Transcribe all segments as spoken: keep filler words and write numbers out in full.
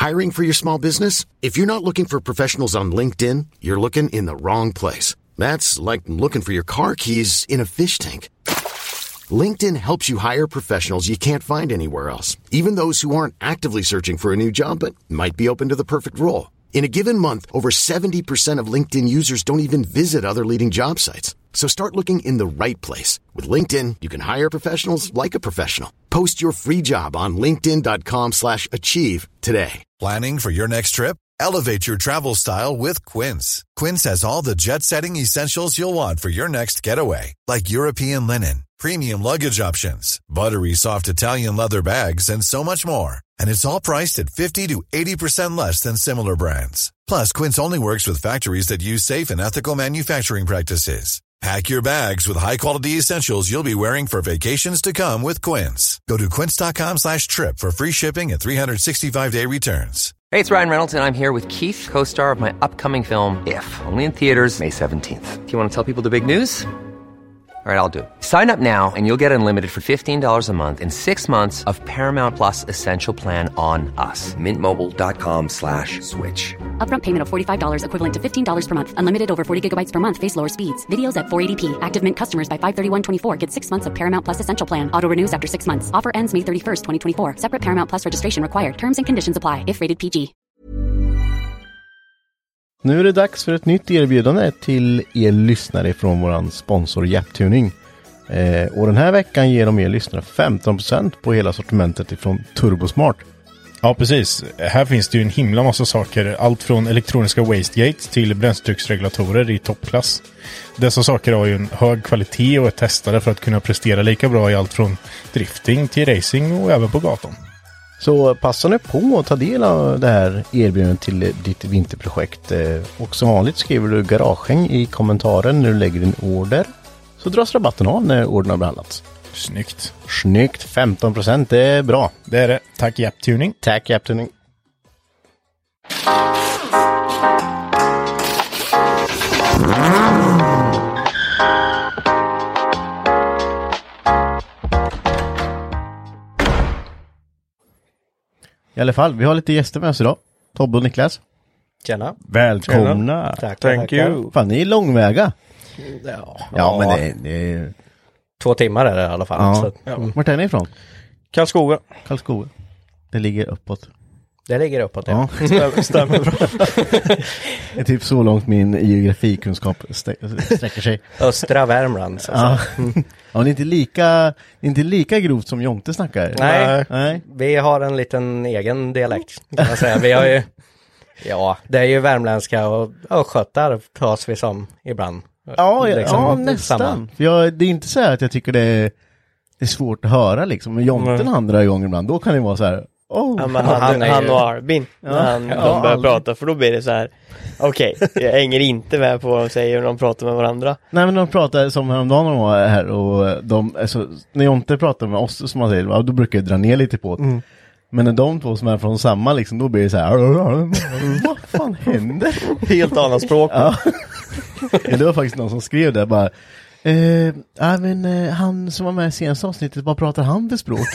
Hiring for your small business? If you're not looking for professionals on LinkedIn, you're looking in the wrong place. That's like looking for your car keys in a fish tank. LinkedIn helps you hire professionals you can't find anywhere else, even those who aren't actively searching for a new job but might be open to the perfect role. In a given month, over seventy percent of LinkedIn users don't even visit other leading job sites. So start looking in the right place. With LinkedIn, you can hire professionals like a professional. Post your free job on linkedin.com slash achieve today. Planning for your next trip? Elevate your travel style with Quince. Quince has all the jet-setting essentials you'll want for your next getaway, like European linen, premium luggage options, buttery soft Italian leather bags, and so much more. And it's all priced at fifty to eighty percent less than similar brands. Plus, Quince only works with factories that use safe and ethical manufacturing practices. Pack your bags with high-quality essentials you'll be wearing for vacations to come with Quince. Go to quince.com slash trip for free shipping and three sixty-five day returns. Hey, it's Ryan Reynolds, and I'm here with Keith, co-star of my upcoming film, If, only in theaters May seventeenth. Do you want to tell people the big news? All right, I'll do it. Sign up now and you'll get unlimited for fifteen dollars a month and six months of Paramount Plus Essential Plan on us. Mint Mobile dot com slash switch. Upfront payment of forty-five dollars equivalent to fifteen dollars per month. Unlimited over forty gigabytes per month. Face lower speeds. Videos at four eighty p. Active Mint customers by five thirty-one twenty-four get six months of Paramount Plus Essential Plan. Auto renews after six months. Offer ends May thirty-first, twenty twenty-four. Separate Paramount Plus registration required. Terms and conditions apply if rated P G. Nu är det dags för ett nytt erbjudande till er lyssnare från våran sponsor Japtuning. Eh, och den här veckan ger de er lyssnare femton procent på hela sortimentet ifrån Turbosmart. Ja, precis. Här finns det ju en himla massa saker. Allt från elektroniska wastegates till bränsletrycksregulatorer i toppklass. Dessa saker har ju en hög kvalitet och är testade för att kunna prestera lika bra i allt från drifting till racing och även på gatan. Så passa nu på att ta del av det här erbjudandet till ditt vinterprojekt. Eh, och som vanligt skriver du garagehäng i kommentaren när du lägger din order. Så dras rabatten av när ordern har behandlats. Snyggt. Snyggt, femton procent, det är bra. Det är det. Tack Japtuning. Tack Japtuning. I alla fall, vi har lite gäster med oss idag. Tobbe och Niklas. Tjena. Välkomna. Tack, Thank tackar. you. Fan, ni är långväga. Ja, Ja, men det, det är... Två timmar är det i alla fall. Ja. Så att, Ja. Vart är ni ifrån? Karlskoga. Karlskoga. Det ligger uppåt. det ligger uppåt, ja. Ja. Stämmer, stämmer bra. Det är typ så långt min geografikunskap stä- sträcker sig. Östra Värmland. Så Ja. så. Ja, det är inte lika, det är inte lika grovt som Jonte snackar. Nej, Nej. vi har en liten egen dialekt, kan man säga. Vi har ju, ja, det är ju värmländska och östgötar tas vi som ibland. Ja, ja, Liksom, ja nästan. samma. För jag, det är inte så här att jag tycker det är, det är svårt att höra liksom. Men Jonten Mm. andra gånger ibland, då kan det vara så här. Oh. Ja, men Han han, är han ju- och Arbin när han, Ja, de börjar aldrig. prata, för då blir det så här: okej, jag hänger inte med på vad de säger när de pratar med varandra. Nej, men de pratar som häromdagen när de var här och de, alltså, när Jonte pratar med oss som man säger, ja, då brukar jag dra ner lite på det. Mm. Men när de två som är från samma liksom, då blir det så här. Vad fan händer? Helt annat språk. Ja. Ja, det var faktiskt någon som skrev det bara. Eh, ja, men eh, han som var med i senaste avsnittet, vad pratar han för språk?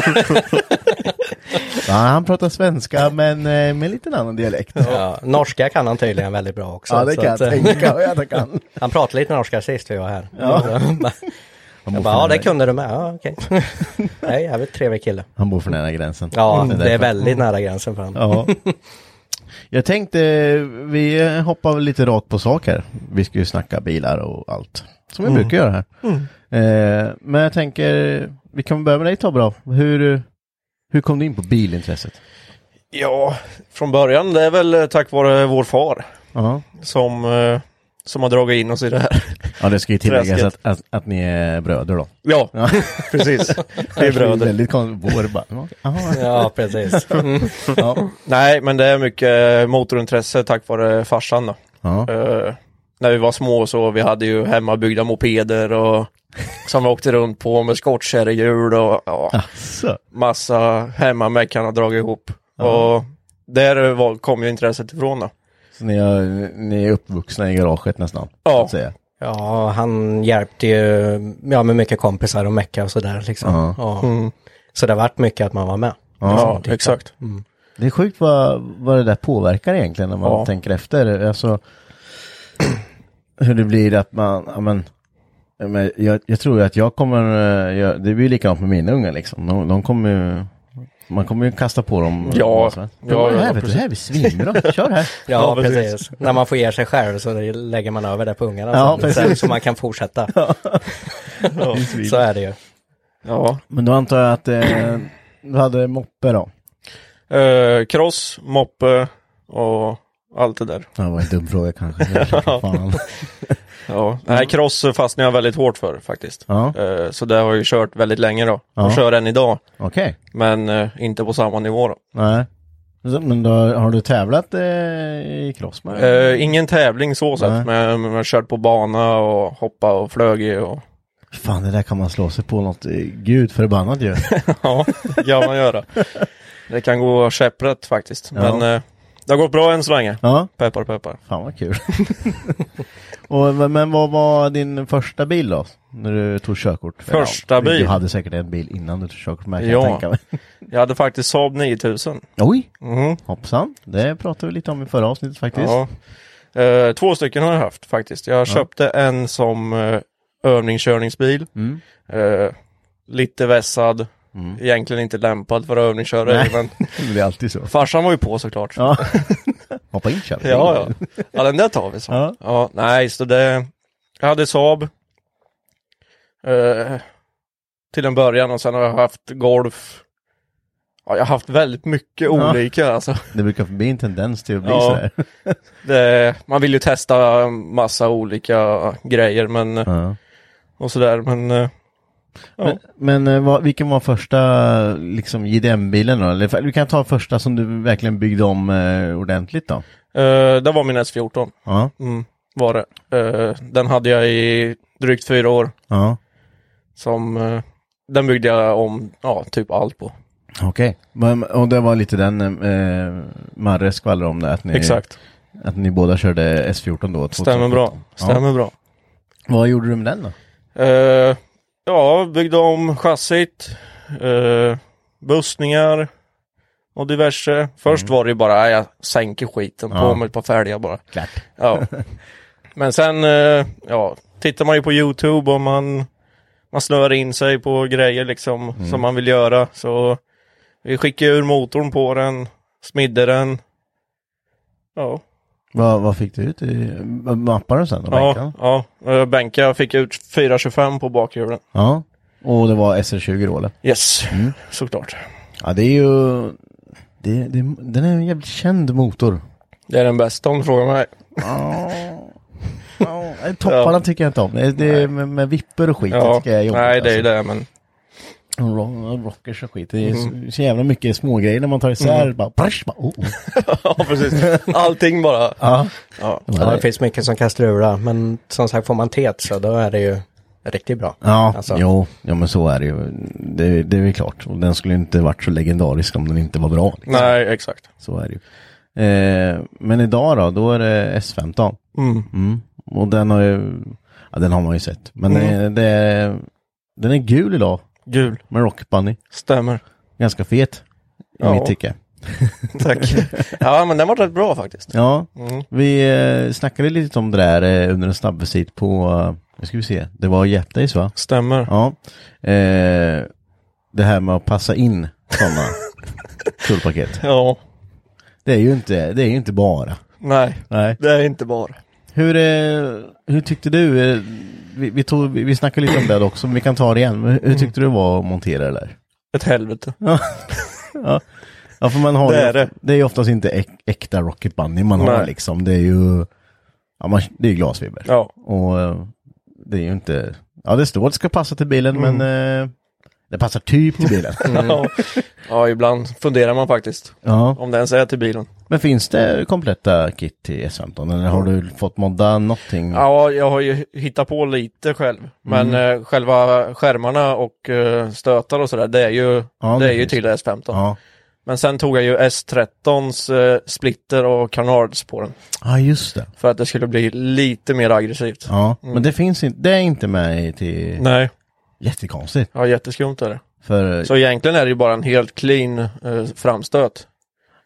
Ja, han pratar svenska men eh, med lite annan dialekt. Ja, norska kan han tydligen väldigt bra också. Ja, det så kan att, jag tänka. Ja, det kan. Han pratade lite norska sist vi var här. Ja. Jag bara, ja, det kunde du med. Ja, okej. Nej, jag är väl trevlig kille. Han bor för nära gränsen. Ja, Mm. det är väldigt nära gränsen för honom. Ja. Jag tänkte, vi hoppar väl lite rakt på sak här. Vi ska ju snacka bilar och allt. Som vi Mm. brukar göra här. Mm. Eh, men jag tänker, vi kan börja med dig Tobbe då. Hur, hur kom du in på bilintresset? Ja, från början det är väl tack vare vår far Ja. som, eh, som har dragit in oss i det här. Ja, det ska ju tilläggas Träsket. att, att, att ni är bröder då. Ja, Ja. precis. Vi är bröder. Väldigt konstigt. Vår bara. Ja. Aha. Ja, precis. Mm. Ja. Nej, men det är mycket motorintresse tack vare farsan då. Ja. Eh, när vi var små så vi hade ju hemmabyggda mopeder och som vi åkte runt på med skottkärrehjul och ja, Alltså. massa hemmamäck han har dragit ihop. Ja. Och där var, kom ju intresset ifrån då. Så ni, har, ni är uppvuxna i garaget nästan. Ja. Så att säga. Ja, han hjälpte ju ja, med mycket kompisar och mecka och sådär liksom. Ja. Ja. Mm. Så det har varit mycket att man var med. Ja, Titta. exakt. Mm. Det är sjukt vad, vad det där påverkar egentligen när man Ja. tänker efter. Alltså, hur det blir att man, ja men, men jag, jag tror att jag kommer, jag, det blir likadant med mina unga liksom. De, de kommer ju, man kommer ju kasta på dem. Ja, ja, ja, det här, ja, vet du, det här är svinbra. Kör här. Ja, Ja, precis. precis. När man får ge sig själv så lägger man över det på ungarna. Ja, sen, sen, precis. så man kan fortsätta. Ja. Så är det ju. Ja. Men då antar jag att eh, du hade moppe då? Eh, cross, moppe och allt det där. Det var en dum fråga kanske. Fan. Ja. Nej, cross fastnar jag väldigt hårt för faktiskt. Ja, Eh, så det har jag ju kört väldigt länge då. Ja. Och kör än idag. okej. Men eh, inte på samma nivå då. Nej. Så, men då har du tävlat eh, i cross med? Eh, ingen tävling så Nej. sett. Men jag har kört på bana och hoppa och flög och Fan, det där kan man slå sig på något eh, gud förbannat ju. ja, det kan man göra. Det kan gå käpprätt faktiskt. Ja. Men eh, det har gått bra än så länge. Ja, Peppar, peppar. fan vad kul. Och, men vad var din första bil då? När du tog körkort? För, Första ja, bil? Du hade säkert en bil innan du tog körkort med, kan Ja. jag tänka mig. Jag hade faktiskt Saab nio tusen. Oj, Mhm. hoppsan. Det pratade vi lite om i förra avsnittet faktiskt. Ja. Eh, två stycken har jag haft faktiskt. Jag köpte en som eh, övningskörningsbil. Mm. Eh, lite vässad. Mm. Egentligen inte lämpad för övningskörare. Nej. Men Det är alltid så. farsan var ju på såklart. Ja, Ja. Hoppa in, kör. ja. Ja, den där tar vi så. Ja. Ja, nej, så det... Jag hade Saab. Eh, till en början och sen har jag haft Golf. Ja, jag har haft väldigt mycket Ja. olika alltså. Det brukar bli en tendens till att bli Ja. sådär. Det, man vill ju testa massa olika grejer men, Ja. och sådär, men eh, ja. Men, men eh, vad, vilken var första liksom J D M-bilen då? Eller du kan ta första som du verkligen byggde om eh, ordentligt då. Eh, det var min S fjorton, Ja, mm, var det. Eh, den hade jag i drygt fyra år. ja, Som, eh, den byggde jag om, ja, typ allt på. okej. Men, och det var lite den eh, Marre skvallrar om det, att ni, Exakt, att ni båda körde S fjorton då. stämmer bra, stämmer bra. Ja. Vad gjorde du med den då? Eh, ja, byggde om chassit, eh, bussningar och diverse. Först var det ju bara, nej, jag sänker skiten Ja. på med ett par färdiga bara. Klart. Ja. Men sen, eh, ja, tittar man ju på YouTube och man, man snör in sig på grejer liksom Mm. som man vill göra. Så vi skickade ur motorn på den, smidde den. Ja, Vad, vad fick du ut? i- Mappar du sen? Och ja, bänkade? ja. Eh, Bänka, jag fick ut fyra tjugofem på bakhjulen. Ja. Och det var S R tjugo då eller? Yes, Mm. såklart. Ja, det är ju... Det, det, den är en jävligt känd motor. Det är den bästa om du frågar mig. Ja. Ja, topparna tycker jag inte om. Det, det är med, med vipper och skit. Ja, tycker jag är jobbigt, nej det är ju alltså. det, men Ro- Rockers och skit. Det är så, så jävla mycket smågrejer när man tar isär. Mm. Bara, prasch, bara, oh, oh. ja, precis. Allting bara. Ja. Ja. Ja, det finns mycket som kan strula, men som sagt får man tet så då är det ju riktigt bra. Ja, Alltså. jo, ja, men så är det ju. Det, det är väl klart. Och den skulle inte varit så legendarisk om den inte var bra. Liksom. Nej, exakt. Så är det ju. Eh, men idag då, då är det S femton. Mm. Mm. Och den har ju, ja, den har man ju sett. Men Mm. det, det är, den är gul idag Gul, med Rocket Bunny. stämmer. Ganska fet i Ja. mitt tycke. Tack. Ja, men den var rätt bra faktiskt. Ja, Mm. vi eh, snackade lite om det där eh, under en snabb visit på, eh, nu ska vi se, det var Jetdays va? Stämmer. Ja. Eh, det här med att passa in sådana tullpaket. Ja, Det är ju inte, det är ju inte bara. nej, Nej. det är inte bara. Hur, eh, hur tyckte du, eh, vi, vi, tog, vi, vi snackade lite om det också, men vi kan ta det igen. Men hur, hur tyckte du det var att montera det där? Ett helvete. Ja, ja för man har Det ju, är det. det är ju oftast inte äk, äkta Rocket Bunny man har Nej. liksom. Det är ju, ja, man, det är ju glasfiber. Ja, Och eh, det är ju inte, ja det står att det ska passa till bilen, Mm. men eh, det passar typ till bilen. ja. ja, ibland funderar man faktiskt. Ja, Om det ens är till bilen. men finns det kompletta kit till S femton? Eller har du fått modda någonting? Ja, jag har ju hittat på lite själv. Men eh, själva skärmarna och eh, stötar och sådär, det är ju, Ja, det det är ju finns. till S femton. Ja, Men sen tog jag ju S trettons eh, splitter och canards på den. ja just det. För att det skulle bli lite mer aggressivt. Ja, men det finns inte, det är inte med till, Nej, jättekonstigt. ja, jätteskumt är det. För, Så egentligen är det ju bara en helt clean eh, framstöt.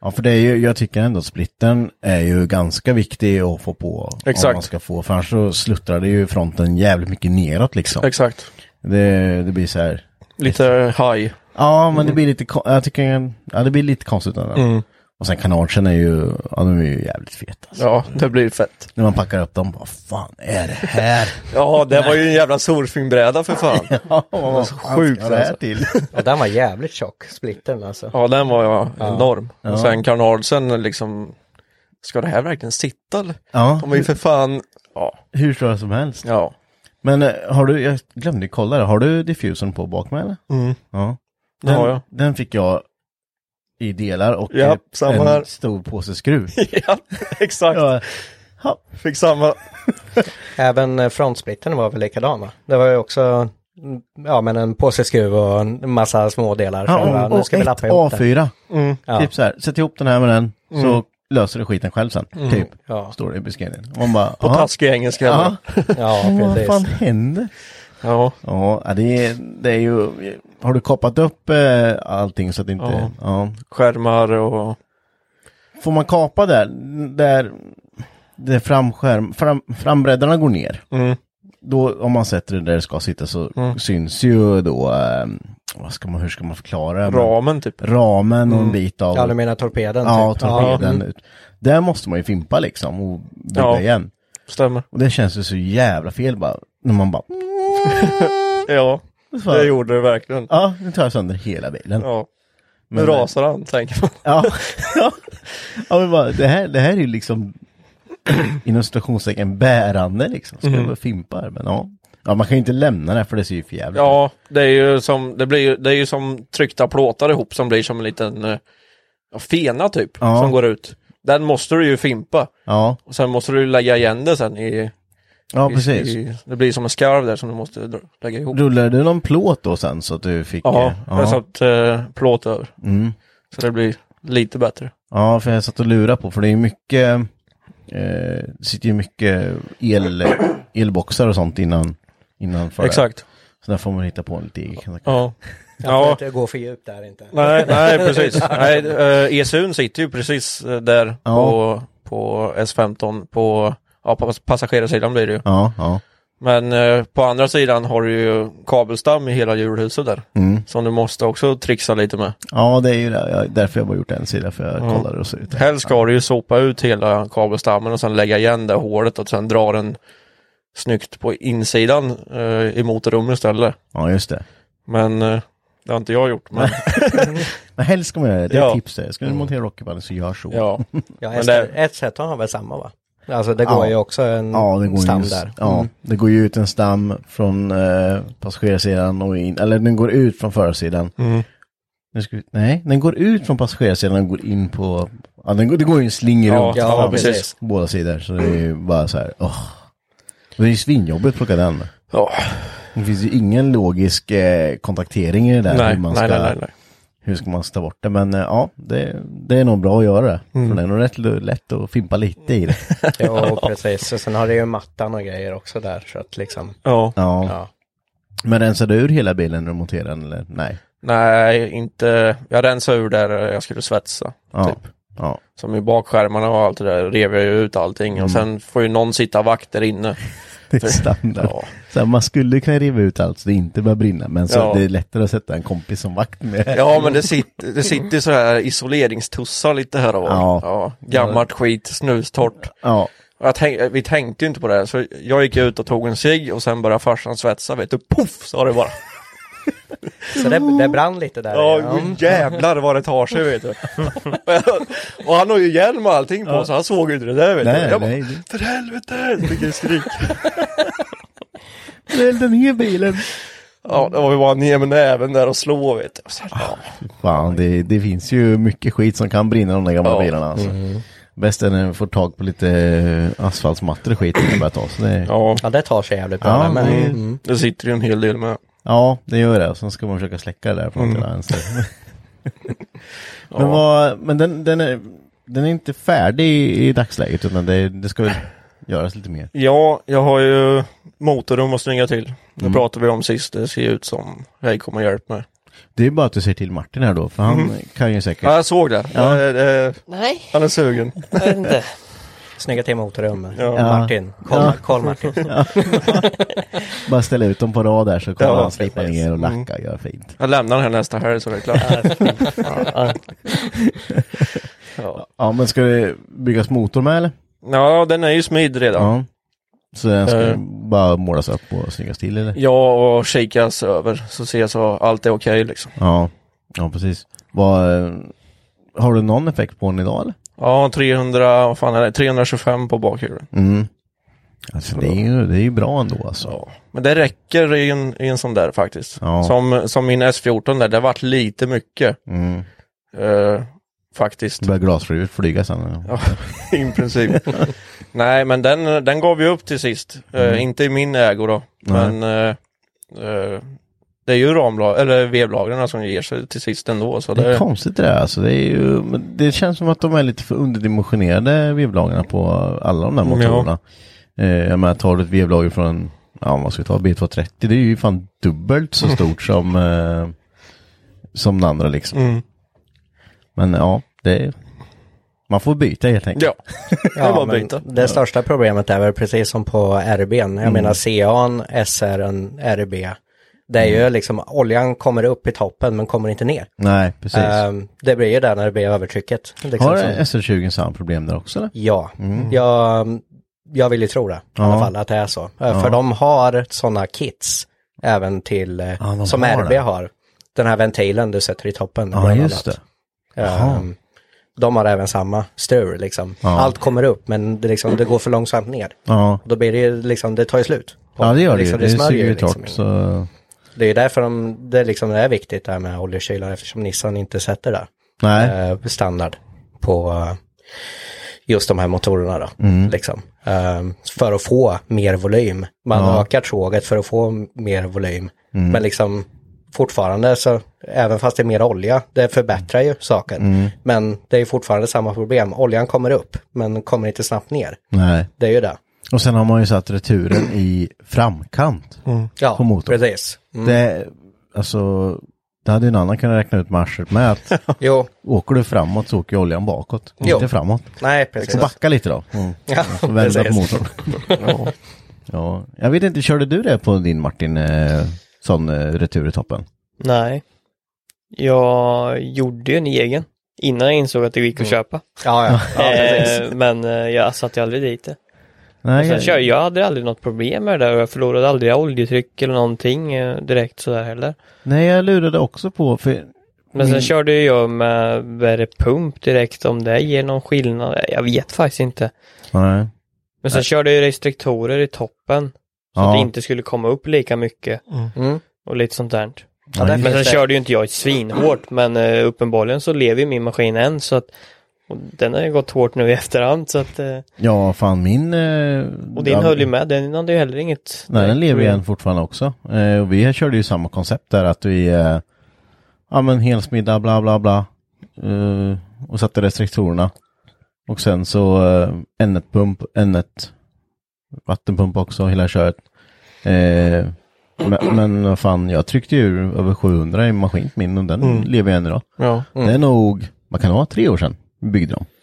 Ja, för det är ju, jag tycker ändå att splitten är ju ganska viktig att få på. Exakt. Om man ska få, för annars så sluttrar det ju fronten jävligt mycket neråt liksom. Exakt. Det, det blir så här. Lite high. Ja, men det blir lite, jag tycker, ja det blir lite konstigt. Mm. Och sen kanagen är ju, ja de är ju jävligt feta. Alltså. Ja, det blir fett. När man packar upp dem, vad fan är det här? Ja, det var ju en jävla surfingbräda för fan. Ja, vad sjukt det här alltså. till. Ja, den var jävligt tjock, splitten alltså. Ja, den var ja, enorm. Ja. Och sen kanalsen liksom, ska det här verkligen sitta eller? Ja, De var ju för fan, ja. hur stora som helst. Ja. Men eh, har du, jag glömde kolla det, har du diffusen på bak med eller? Mm. Ja. Det Den, har jag. den fick jag i delar och Ja, eh, samma en här. stor påse skruv. Ja, exakt. Ja. Ja. Fick samma. Även eh, frontsplitten var väl likadan va? Det var ju också, mm, ja men en påse skruv och en massa små delar. Ja, Så, va, och, nu och ska vi ett lappa ihop A den. fyra. Mm. Ja. Typ så här, sätt ihop den här med den så löser du skiten själv sen. Typ. Ja, Står det i beskrivningen. Och man bara, På aha. taskig engelska. Ja. ja Vad precis. fan händer? Ja. Ja, det är, det är ju, har du kapat upp eh, allting så att det inte, Ja. ja. Skärmar och... Får man kapa där, där, där framskärm, fram, frambreddarna går ner. Mm. Då, om man sätter det där det ska sitta så Mm. syns ju då, eh, vad ska man, hur ska man förklara det? Ramen typ. Ramen och en bit av, Ja, du menar torpeden? ja, typ. torpeden Ja. ut. Där måste man ju fimpa liksom och bygga Ja. igen. Stämmer. Och det känns ju så jävla fel bara, när man bara, Ja, så, det gjorde det verkligen. ja, nu tar jag sönder hela bilen. Ja. Nu Men- rasar han, tänker man. Ja, ja. Ja men bara, det, här, det här är ju liksom inom situationstecken bärande liksom. Ska Mm. jag bara fimpa här, men ja. Ja, man kan ju inte lämna det för det ser ju för jävligt ut. Ja, det är ju som, det blir ju, det är ju som tryckta plåtar ihop som blir som en liten eh, ja, fena typ, Ja. som går ut. Den måste du ju fimpa. Ja, Och sen måste du lägga igen det sen i... ja i, precis. I, det blir som en skarv där som du måste dra- lägga ihop. Rullade du någon plåt då sen så att du fick... Ja, eh, jag har satt eh, plåt över. Mm. Så det blir lite bättre. Ja, för jag satt och lura på, för det är ju mycket... Eh, det sitter ju mycket el, elboxar och sånt innan, innan för Exakt. Så där får man hitta på en lite egen. Ja. Jag får Ja. inte gå för djupt där inte. Nej, nej, precis. Nej, eh, E C U:n sitter ju precis eh, där Ja. på, på S femton på, ja, på passagerarsidan blir det ju. Ja, ja. Men eh, på andra sidan har du ju kabelstam i hela hjulhuset där. Mm. Som du måste också trixa lite med. Ja, det är ju det. Jag, därför jag bara gjort en sida, för jag Ja. kollade och så ut. Helst ska du ju sopa ut hela kabelstammen och sen lägga igen det hålet och sen dra den snyggt på insidan eh, i motorrummet istället. Ja, just det. Men eh, det har inte jag gjort. Men, Men helst ska man göra det. Det är Ja. ett tips det. Ska du Mm. montera rockyband så gör så. ja. Ja, Men ett, det- ett sätt har väl samma va? Alltså det går Ja. ju också en Ja, det går stam ju, där. Ja, Mm. det går ju ut en stam från eh, passagerarsidan och in, eller den går ut från förarsidan. Mm. Nu ska vi, nej, den går ut från passagerarsidan och går in på, ja, den går, det går ju en sling Ja, runt ja, fram precis. på båda sidor. Så det är ju bara så här, åh. Det är ju svinjobbigt att plocka den. Ja. Det finns ju ingen logisk eh, kontaktering i det där. Nej, hur, man nej, ska, nej, nej, nej. hur ska man ta bort det. Men eh, ja, det, det är nog bra att göra det. Mm. För det är nog rätt lätt att fimpa lite i det. Ja, precis. Och sen har det ju mattan och grejer också där. Så att liksom, Ja. Ja. ja. Men rensar du ur hela bilen när du monterar den eller? Nej. Nej, inte. Jag rensade ur där jag skulle svetsa. Ja. Typ. Ja. Som i bakskärmarna och allt det där rev jag ju ut allting. Mm. Och sen får ju någon sitta vakt där inne. Det är standard. Ja. Så här, man skulle kunna riva ut allt så det inte börjar brinna. Men så Ja. det är lättare att sätta en kompis som vakt med. Ja, men det sitter, det sitter så här isoleringstussar lite här och var. Ja. Ja. Gammalt skit, snustort. Ja. Och jag tänk, vi tänkte ju inte på det här, så jag gick ut och tog en cigg och sen började farsan svetsa, vet du, puff, sa det bara. Så det, det brann lite där. Ja, ja. jävlar vad det tar sig, vet du. Och han har ju hjälm och allting på, så han såg ju inte det där, vet Nej, du. Jag bara, nej. det- för helvete, vilken skrik. Elda ner bilen. Ja, det var ju bara ner med näven där och slå, vet du. Så, ja. Fan, det, det finns ju mycket skit som kan brinna de där gamla Ja. bilarna. Alltså. Bäst är när vi får tag på lite asfaltsmattor och skit innan det börjar ta. Så det, Ja, Ja, det tar sig jävligt bra. Ja, där, men, det- mm. det sitter ju en hel del med. ja, det gör det. Och sen ska man försöka släcka det där på något Mm. mm. vänster. Ja. Men, vad, men den, den, är, den är inte färdig i, i dagsläget, utan det, det ska väl göras lite mer. Ja, jag har ju motorrum att stänga till. Det Mm. pratade vi om sist, det ser ut som jag kommer hjälp med. Det är bara att du säger till Martin här då, för han mm. kan ju säkert... Ja, jag såg det. Ja. Ja, eh, Nej. Han är sugen. Jag vet inte. Snygga till motorrum. Ja. Martin. Karl Ja. Karl Martin. Ja. Bara ställa ut dem på rad där så kommer Ja, han slipa precis. ner och lacka och göra fint. Jag lämnar den här nästa här så är det klart. Ja. Ja. Ja, men ska det byggas motor med eller? Ja, den är ju smid redan. Ja. Så den ska Eh. bara målas upp och snyggas till eller? Ja, och shakas över så ser jag så allt är okej liksom. Ja, ja precis. Vad, eh, har du någon effekt på den idag eller? Ja, trehundra, vad fan är det? trehundratjugofem på bakhjulen. Mm. Alltså det är ju, det är ju bra ändå alltså. Ja. Men det räcker i en, i en sån där faktiskt. Ja. Som, som min S fjorton där, det har varit lite mycket. Mm. Uh, faktiskt. Det börjar glasflyget flyga sen. Ja, i princip. Nej, men den, den gav vi upp till sist. Mm. Uh, inte i min ägo då. Nej. Men uh, uh, det är ju ramlag eller vevlagrarna som ger sig till sist ändå. Så Det är det... konstigt det där. Alltså, det, är ju, men det känns som att de är lite för underdimensionerade vevlagarna på alla de där motorerna. Ja. Eh, jag menar, tar du ett vevlager från, ja vad ska vi ta, B tvåhundratrettio, det är ju fan dubbelt så stort som, eh, som den andra liksom. Mm. Men ja, det är, man får byta helt enkelt. Ja, det är bara Ja, att men byta. det största problemet är väl precis som på R B:n. Jag Mm. menar C A, S R, R B. Det är ju liksom, oljan kommer upp i toppen men kommer inte ner. Nej, precis. Ehm, det blir ju där när det blir övertrycket. Liksom har som- S R tjugo samma problem där också eller? Ja, Mm. jag, jag vill ju tro det i Ja. alla fall att det är så. Ja. För de har sådana kits även till, eh, Ja, de som har R B det. har. Den här ventilen du sätter i toppen. Ja, bland just annat. det. Ehm, Jaha. de har även samma strul liksom. Ja. Allt kommer upp men det, liksom, det går för långsamt ner. Ja, Då blir det ju liksom, det tar ju slut. ja det gör det liksom, ju. Det smörjer suger ju liksom torrt. Så... Det är ju därför de, det, liksom, det är viktigt där med oljekylare eftersom Nissan inte sätter det. Nej. Eh, standard på eh, just de här motorerna då. Mm. Liksom. Eh, för att få mer volym. Man Ja. ökar tråget för att få mer volym. Mm. Men liksom fortfarande så, även fast det är mer olja, det förbättrar ju saken. Mm. Men det är fortfarande samma problem. Oljan kommer upp men kommer inte snabbt ner. Nej. Det är ju det. Och sen har man ju satt returen i framkant Ja, på motorn. precis. Mm. Det, alltså, det hade ju en annan kunnat räkna ut marschet med att Jo, åker du framåt så åker oljan bakåt. Jo. Inte framåt. nej precis. Så backa lite då. Mm. Ja, Så vända på precis. motorn. ja. ja. Jag vet inte, körde du det på din Martin, eh, sån eh, retur i toppen? Nej. Jag gjorde ju en egen innan jag insåg att det gick att köpa. Ja, ja. ja precis. Eh, men eh, jag satte ju aldrig dit det. Och Nej, sen jag, kör, jag hade aldrig något problem med det där och jag förlorade aldrig oljetryck eller någonting eh, direkt sådär heller. nej, jag lurade också på, för Men sen min- körde ju jag med värmepump direkt, om det ger någon skillnad. Jag vet faktiskt inte. nej. Men sen Nej. körde jag ju restriktorer i toppen. Så Ja. att det inte skulle komma upp lika mycket. Mm. Och lite sånt där. Ja, där Men sen finns det- körde ju inte jag svinhårt. Men uh, uppenbarligen så lever ju min maskin än. Så att, och den har ju gått hårt nu i efterhand. Så att, uh, Ja, fan min... Eh, och din ja, höll ju med. Den hade ju heller inget. Nej, den lever ju problem. än fortfarande också. Eh, och vi körde ju samma koncept där att vi, eh, ja men helsmiddag bla bla bla. Eh, och satte restriktorerna. Och sen så eh, N ett-pump, N ett vattenpump också, hela köret. Eh, men, men vad fan, jag tryckte ju över sjuhundra i maskin min och den Mm. lever ju än idag. Ja. Mm. Det är nog, vad kan det vara, tre år sedan vi byggde dem.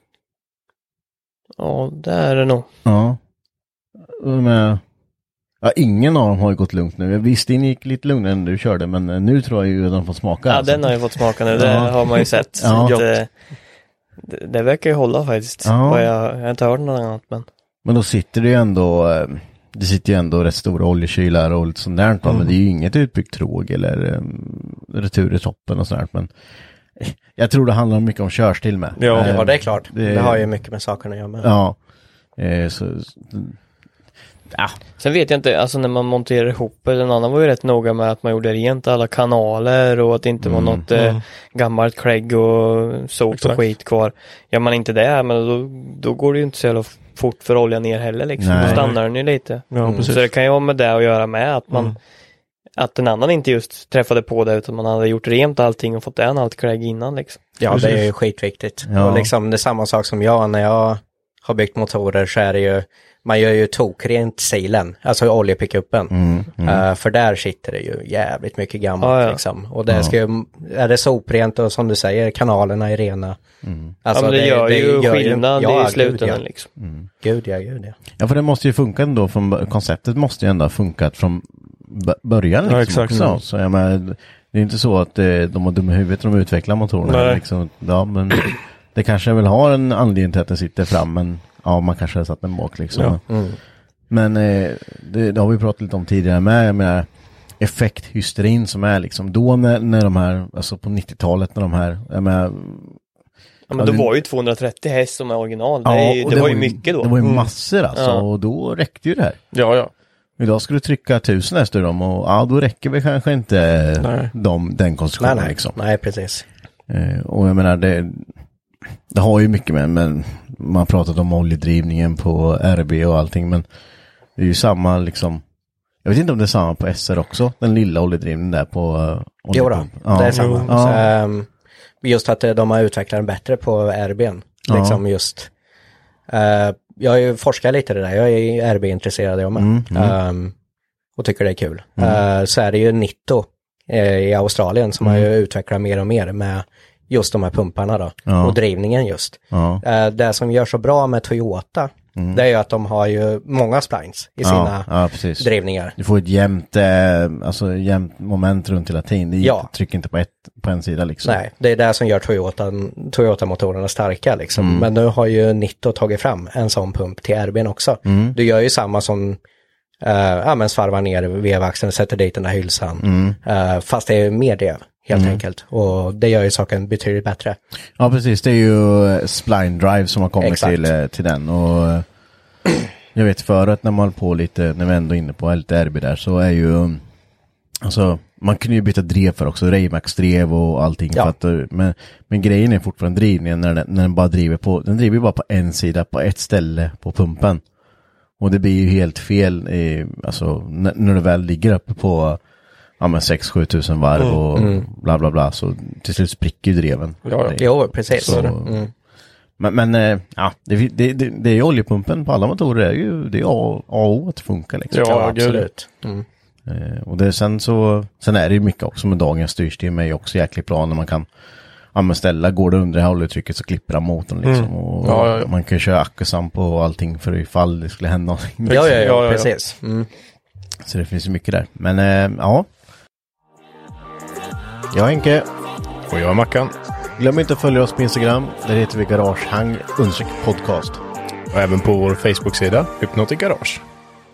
Ja, det är det nog. Ja. Men, ja, ingen av dem har ju gått lugnt nu. Visst, det gick lite lugnare än du körde, men eh, nu tror jag ju att de får smaka. Ja, alltså. den har ju fått smaka nu. Det Ja. har man ju sett. Så Ja. att, eh, det, det verkar ju hålla faktiskt. Ja. Och jag, jag har inte hört något annat. Men Men då sitter det ju ändå, eh, det sitter ju ändå rätt stora oljekylar och lite sånt där. Mm. Men det är ju inget utbyggt tråg eller um, retur i toppen och sådär. Men eh, jag tror det handlar mycket om körstil med. Ja. Eh, Ja, det är klart. det- Det har ju mycket med sakerna att göra med. Ja. Eh, så, ja. sen vet jag inte, alltså när man monterar ihop, eller en annan var ju rätt noga med att man gjorde rent alla kanaler och att det inte var Mm. något eh, gammalt klägg och sot Exakt. och skit kvar. Gör man inte det, men då, då går det ju inte så jävla fort för oljan ner heller liksom. Nej. Då stannar den ju lite. Ja, Mm. precis. Så det kan ju ha med det att göra med att man Mm. att en annan inte just träffade på det utan man hade gjort rent allting och fått en allt klägg innan liksom. Ja, Precis. det är ju skitviktigt. Ja. Och liksom det är samma sak som jag när jag har byggt motorer så är det ju, man gör ju tokrent silen, alltså oljepickuppen. Mm, mm. Uh, för där sitter det ju jävligt mycket gammalt ah, ja. liksom. Och det ja. ska ju, är det soprent och som du säger, kanalerna är rena. Mm. Alltså ja, men det, det gör det, ju gör skillnad ja, i slutändan gud, ja. liksom. Mm. Gud ja, gud ja. Ja, för det måste ju funka ändå, från, konceptet måste ju ändå ha funkat från b- början liksom, ja, exakt. Också. Mm. Så jag menar, det är inte så att eh, de har dumma huvudet när de utvecklar motorerna. Liksom, ja, men det kanske väl har en anledning till att den sitter fram, men ja, man kanske har satt den bak liksom. Ja. Mm. Men eh, det, det har vi pratat lite om tidigare med, med effekthysterin som är liksom då när, när de här, alltså på nittiotalet när de här, jag menar, ja, men då var ju tvåhundratrettio häst som är original. Ja, det, är, det, det var ju mycket då. Det var ju massor alltså, ja. Och då räckte ju det här. Ja, ja. Idag ska du trycka tusen hästar i dem och ja, då räcker vi kanske inte de, den konstruktionen nej, nej. liksom. Nej, precis. Eh, och jag menar, det, det har ju mycket med, men man har pratat om oljedrivningen på R B och allting, men det är ju samma liksom, jag vet inte om det är samma på S R också, den lilla oljedrivningen där på uh, jo då, ja. Det är samma. Ja. Så, um, just att de har utvecklat den bättre på R B:n. Ja. Liksom just, uh, jag har ju forskat lite i det där, jag är R B-intresserad jag med. Mm, mm. Um, och tycker det är kul. Mm. Uh, så är det ju Nitto uh, i Australien som mm. har ju utvecklat mer och mer med just de här pumparna då. Ja. Och drivningen just. Ja. Uh, det som gör så bra med Toyota, mm. det är ju att de har ju många splines i sina ja, ja, drivningar. Du får ett jämnt, eh, alltså jämnt moment runt hela tiden. Det ja. trycker inte på, ett, på en sida liksom. Nej, det är det som gör Toyota, Toyota-motorerna starka liksom. Mm. Men nu har ju Nitto tagit fram en sån pump till R B:n också. Mm. Du gör ju samma som uh, ja, men svarvar ner vevaxeln och sätter dit den där hylsan. Mm. Uh, fast det är mer det. Helt mm. enkelt. Och det gör ju saken betydligt bättre. Ja, precis. Det är ju Spline Drive som har kommit till, till den. Och jag vet förut när man håller på lite, när vi ändå är inne på lite R B där, så är ju, alltså, man kunde ju byta drev för också. Raymax-drev och allting. Ja. För att, men, men grejen är fortfarande drivningen när den, när den bara driver på, den driver bara på en sida, på ett ställe på pumpen. Och det blir ju helt fel i, alltså, när, när du väl ligger uppe på ja, men sex till sju tusen varv mm, och mm. bla bla bla, så till slut spricker ju dreven. Ja, ja. Jo, precis. Så, mm. Men, men ja, det, det, det, det är ju oljepumpen på alla motorer, är ju, det är A och O att det funkar liksom. Ja, absolut. Mm. Eh, och det, sen så, sen är det ju mycket också med dagens styrsystem är ju också jäkligt bra när man kan ja, men ställa, går det under det här oljetrycket så klipper han motorn liksom. Mm. Och ja, ja, ja. Man kan köra Accusamp och allting för ifall det skulle hända någonting. Ja, ja, ja, ja, ja, precis. Mm. Så det finns ju mycket där. Men eh, ja. Jag är Henke. Och jag är Mackan. Glöm inte att följa oss på Instagram. Där heter vi Garagehang understreck podcast. Och även på vår Facebook-sida Hypnotic Garage.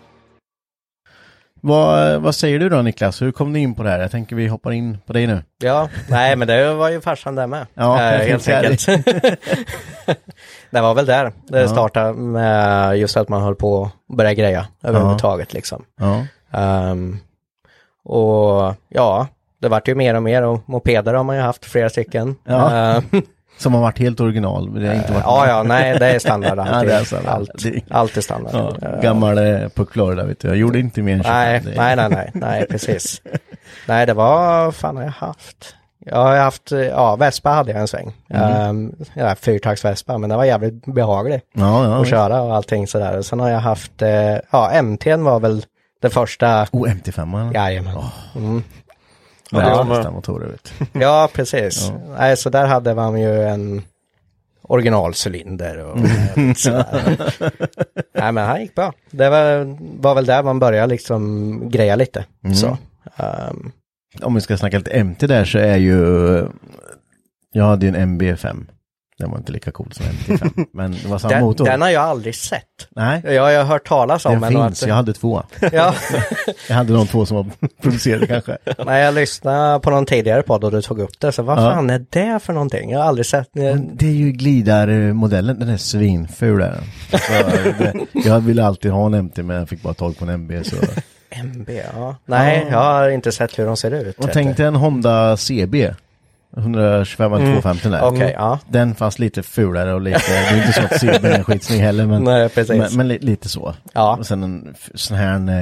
Vad, vad säger du då, Niklas? Hur kom du in på det här? Jag tänker vi hoppar in på dig nu. Ja, nej men det var ju farsan där med. Ja, äh, helt enkelt. Det var väl där det ja. startade med just att man höll på att börja greja överhuvudtaget ja. liksom. Ja. Um, och ja, det vart ju mer och mer och mopeder har man ju haft flera stycken. Ja. Uh, Som har varit helt original. Men det har inte varit ja, ja, nej, det är standard. Alltid, ja, det är standard. Allt, allt är standard. Ja, uh, gammal eh, på Florida, vet du. Jag gjorde inte mer än tjugofem. Nej, nej, nej, nej, nej, precis. Nej, det var, fan har jag haft? Jag har haft, ja, Vespa hade jag en sväng. Mm. Um, ja, fyrtaks Vespa, men det var jävligt behaglig ja, ja, att köra och allting sådär. Sen har jag haft, eh, ja, M T:n var väl det första. Oh, M T fem. Jajamän. Oh. Mm. Ja, ja, motorer, vet. Ja, precis. Ja. Nej, så där hade man ju en originalcylinder och mm. sådär. Nej, men han gick bra. Det var, var väl där man började liksom greja lite. Mm. Så. Um. Om vi ska snacka lite M T där så är ju, jag hade ju en M B fem. Den var inte lika cool som M T fem, men det var samma den, motor. Den har jag aldrig sett. Nej. Jag har hört talas om den. Den finns, att... jag hade två. Ja. Jag hade de två som var producerade kanske. Nej, jag lyssnade på någon tidigare podd och du tog upp det. Så vad ja. fan är det för någonting? Jag har aldrig sett. Det är ju glidarmodellen, den är svinful där. Jag ville alltid ha en M T, men jag fick bara tag på en M B. Så... M B, ja. Nej, ja. Jag har inte sett hur de ser ut. Och tänk dig en Honda C B. etthundratjugofem eller tvåhundrafemtio där. Okay, ja. Den fanns lite fulare och lite, det är inte så att C B är skitsnygg heller, men, nej, men, men li, lite så. Ja. Och sen en sån här en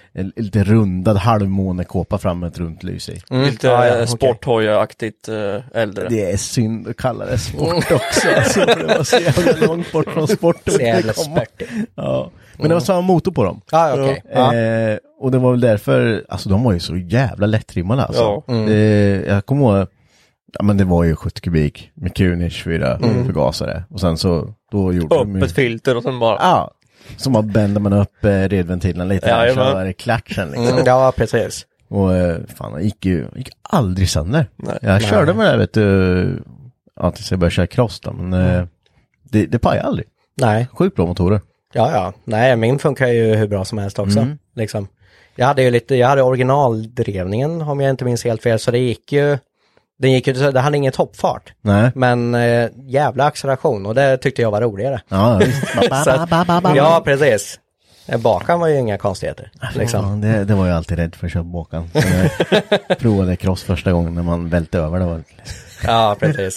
en lite rundad halvmånekåpa fram med ett runt lys i. Mm. Lite ja, ja, okay. sporthojaktigt äh, äldre. Det är synd att kalla det sport också. Alltså, det var så jävla långt bort från sporten. Så jävla sport. Ja. Men det var samma motor på dem. Ah, okay. ja. eh, och det var väl därför, alltså de var ju så jävla lättrimmade alltså. Ja. Mm. Det, jag kommer ihåg, ja men det var ju sjuttio kubik med Kunich fyra mm. förgasare. Och sen så, då gjorde upp de ett filter och sen bara... Ja, så man bänder man upp eh, redventilerna lite. Ja, där, så var det klart sen liksom. Mm, ja, precis. Och eh, fan, det gick ju gick aldrig sönder. Nej. Jag Nej. körde med det, vet du, ja, tills jag började köra cross då, men mm. eh, det, det pajade aldrig. Nej. Sjukt bra motorer. Ja, ja. Nej, min funkar ju hur bra som helst också. Mm. Liksom. Jag hade ju lite, jag hade originaldrivningen om jag inte minns helt fel, så det gick ju, den gick ju, det hade ingen toppfart. Nej. Men eh, jävla acceleration, och det tyckte jag var roligare. Ja, visst. Så att, ja, precis. Bakan var ju inga konstigheter. Liksom. Ja, det, det var jag alltid rädd för att köra bakan. Jag provade cross första gången när man välte över det. Var... Ja, precis.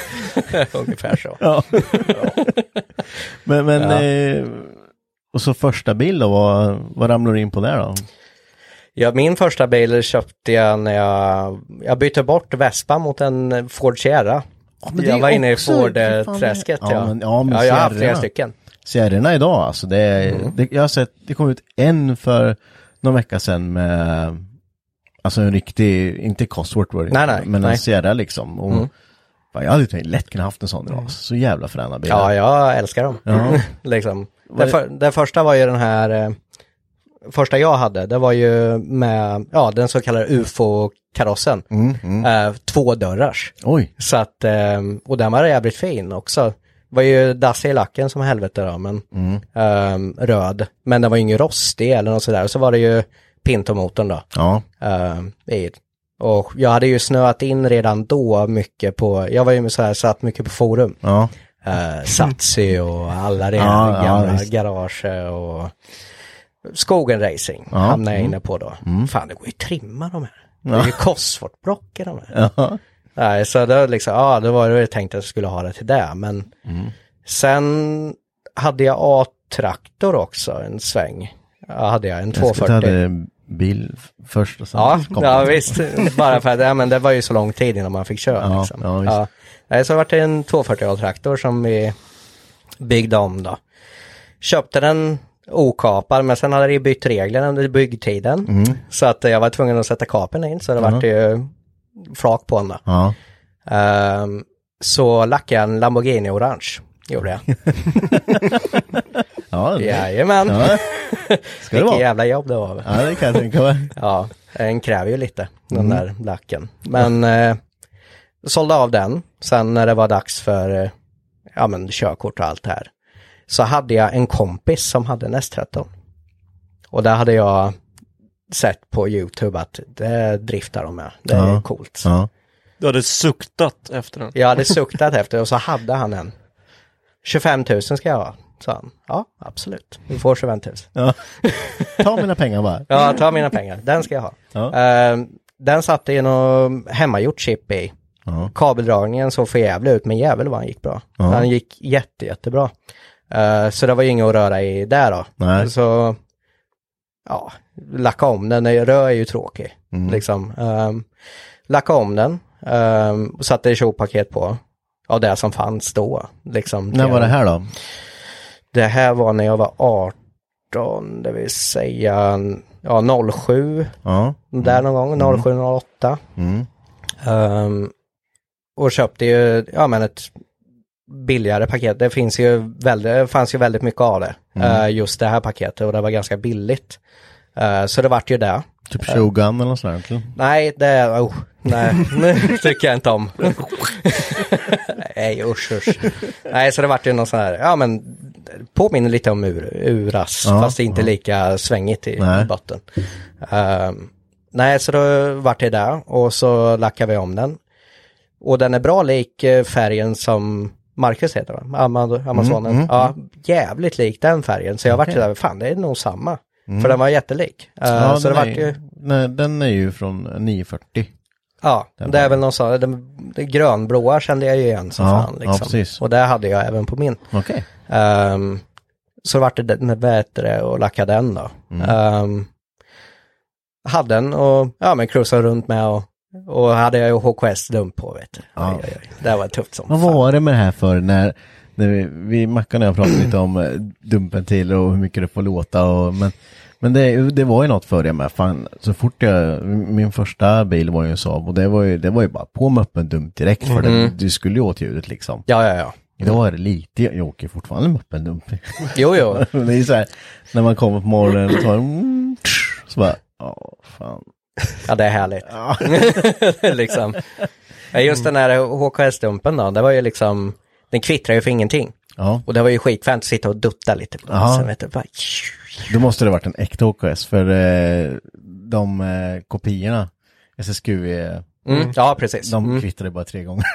Ungefär så. Ja. Ja. Men, men ja. eh, och så första bil då, vad, vad ramlar du in på där då? Ja, min första bil köpte jag när jag, jag bytte bort Vespa mot en Ford Sierra. Ja, jag var inne i Ford-träsket. Ja, ja. men, ja, men ja, jag har haft flera stycken. Sierrorna idag, alltså det, Mm. det, jag har sett, det kom ut en för någon vecka sedan med, alltså en riktig, inte Cosworth var det, nej, nej, men nej. en Sierra liksom. Och Mm. jag hade inte lätt kunnat haft en sån idag, så jävla fräna bilar. Ja, jag älskar dem. Ja. liksom. det, för, det första var ju den här, eh, första jag hade, det var ju med, ja, den så kallade U F O-karossen. Mm, mm. Eh, två dörrars. Oj. Så att, eh, och den var jävligt fin också. Det var ju dassig i lacken som helvete då, men Mm. eh, röd. Men den var ju ingen rostig eller något sådär. Och så var det ju Pinto-motorn då. Ja. Eh, i. Och jag hade ju snöat in redan då mycket på, jag var ju så här, satt mycket på forum. Ja. Uh, Satsi och alla det Ja, här gamla ja, garage och Skogen Racing Ja, hamnade jag mm. inne på då. Mm. Fan, det går ju trimma de här. Ja. Det är ju Cosworth-block i de här. Ja. Nej, så det var liksom, ja, det var det jag tänkte att jag skulle ha det till det, men Mm. sen hade jag A-traktor också, en sväng. Ja, hade jag en Jag skulle ta tvåhundrafyrtio. det bil först och sen Ja, kom ja det. visst. Bara för att ja, men det var ju så lång tid innan man fick köra. Ja, liksom. ja, visst. ja. Nej, så var det en tvåhundrafyrtio A-traktor som vi byggde om då. Köpte den okapad, men sen hade det bytt regler under byggtiden. Mm. Så att jag var tvungen att sätta kapen in, så det Mm. vart ju flak på den då. Ja. Um, så lackade jag en Lamborghini orange, gjorde jag. Ja, det, Jajamän. ja. Ska det Vilket vara? jävla jobb det var. Ja, det kan jag tänka mig. Ja, den kräver ju lite, den Mm. där lacken. Men eh, sålde av den. Sen när det var dags för eh, ja, men, körkort och allt det här, så hade jag en kompis som hade en S tretton. Och där hade jag sett på YouTube att det driftar de med. Det är Ja. coolt. Ja. Du hade suktat efter den. Jag hade suktat efter, och så hade han en. tjugofem tusen ska jag ha, sa han. Ja, absolut. Du får tjugofem tusen. Ja. Ta mina pengar bara. Ja, ta mina pengar. Den ska jag ha. Ja. Eh, den satte ju något hemmagjort chip i. Ja. Kabeldragningen såg för jävla ut, men jävel vad han gick bra. Ja. Han gick jätte, jättebra. Uh, så det var ju inget att röra i där då. Nej. Så, ja, lacka om den. Rör är ju tråkig. Mm. Liksom. Um, lacka om den. Um, och satte tjopaket på. Av det som fanns då. Liksom, När var det här då? Det här var när jag var arton, det vill säga ja, noll sju. Ja. Där någon gång, noll sju noll åtta. Mm. Um, och köpte ju, ja men ett billigare paket. Det finns ju väldigt, det fanns ju väldigt mycket av det. Mm. Uh, just det här paketet, och det var ganska billigt. Uh, så det vart ju det. Typ Shogun eller något sånt där. Nej, det är, oh, nej, det tycker jag inte om. Nej, usch, usch. Nej, så det vart ju någon sån här, ja men påminner lite om ur, uras, Ja, fast inte ja. lika svängigt i Nej. botten. Um, nej, så då vart det där, och så lackade vi om den. Och den är bra lik eh, färgen som Marcus heter, va? Am- Amazonen. Mm, mm, ja, jävligt lik den färgen. Så jag vart Okej. där, fan det är nog samma. För den var jättelik. Uh, Ja, så det den, vart är, ju... nej, den är ju från nio fyrtio. Ja, Den det är var- väl någon sån, den, den grönblåa kände jag ju igen som Ja, fan. Liksom. ja, precis. Och det hade jag även på min. Okej. Um, så vart det med vätre och lacka den då. Mm. Um, hade den och ja, men cruisade runt med och, och hade jag ju H K S-dump på, vet du. Ja. Oj, oj, oj. Det var tufft som Vad fan. var det med det här för när, när vi, vi Mackan och jag pratade lite om eh, dumpen till och hur mycket det får låta och, men, men det, det var ju något för det med. Fan, så fort jag, min första bil var ju en Saab och det var ju, det var ju bara på med öppen dump direkt för Mm. det, du skulle ju åt ljudet liksom. Ja, ja, ja. Idag är det lite, jag åker fortfarande med öppen dump. Jo, jo. Det är så här, när man kommer på morgonen och tar mm, så bara, ja fan. Ja, det är härligt. Ja. liksom. Ja, just den här H K S-dumpen då, det var ju liksom, den kvittrar ju för ingenting. Ja. Och det var ju skitfänt att sitta och dutta lite på Ja. den. Vet du, bara... Då måste det varit en äkta H K S för eh, de eh, kopiorna, S S Q, eh, Mm. Ja, precis. de Mm. kvittrade bara tre gånger.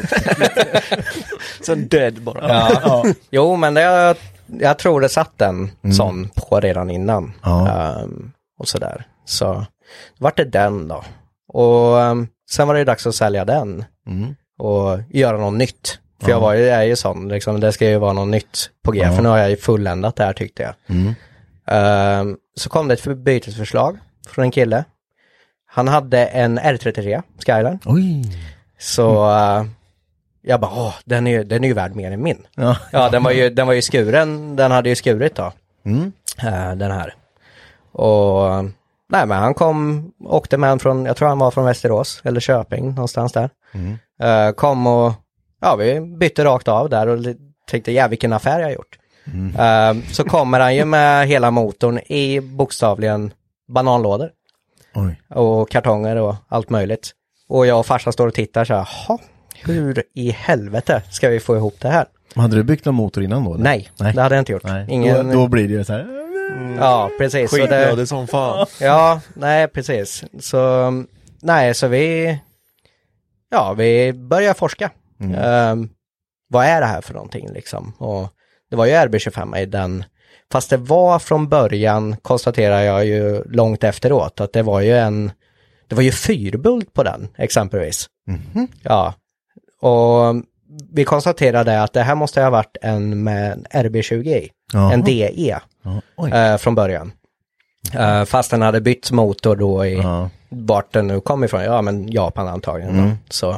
Så dead bara. Ja. Ja. Jo, men det, jag tror det satt en sån på redan innan. Ja. Um, och sådär. Så vart det den då. Och um, sen var det ju dags att sälja den. Mm. Och göra något nytt. För Ja. jag var ju, jag är ju sån, liksom, det ska ju vara något nytt på G. Ja. För nu har jag ju fulländat det här, tyckte jag. Mm. Um, så kom det ett bytesförslag från en kille. Han hade en R trettiotre Skyline. Oj. Så uh, jag bara, åh, den är, den är ju värd mer än min. Ja. Ja, den var ju, den var ju skuren, den hade ju skurit då. Mm. Uh, den här. Och nej, men han kom, åkte med han från, jag tror han var från Västerås eller Köping, någonstans där. Mm. Uh, kom och, ja, vi bytte rakt av där och tänkte, ja, vilken affär jag har gjort. Mm. Uh, så kommer han ju med hela motorn i bokstavligen bananlådor. Oj. Och kartonger och allt möjligt. Och jag och farsan står och tittar så här, jaha, hur i helvete ska vi få ihop det här? Hade du byggt någon motor innan då? Eller? Nej, Nej, det hade jag inte gjort. Nej. Ingen... Då, då blir det ju så här. Ja, precis. Och det... Skitnödig som fan. Ja, nej, precis. Så, nej, så vi, ja, vi börjar forska. Mm. Um, vad är det här för någonting liksom? Och det var ju R B tjugofem i den, fast det var från början, konstaterar jag ju långt efteråt, att det var ju en, det var ju fyrbult på den, exempelvis. Mhm. Ja, och vi konstaterade att det här måste ha varit en med en R B tjugo i, Jaha. en D E Ja. Oj. eh, från början. Eh, fast den hade bytt motor då i Ja. vart den nu kom ifrån, ja men Japan antagligen då. Mm. Så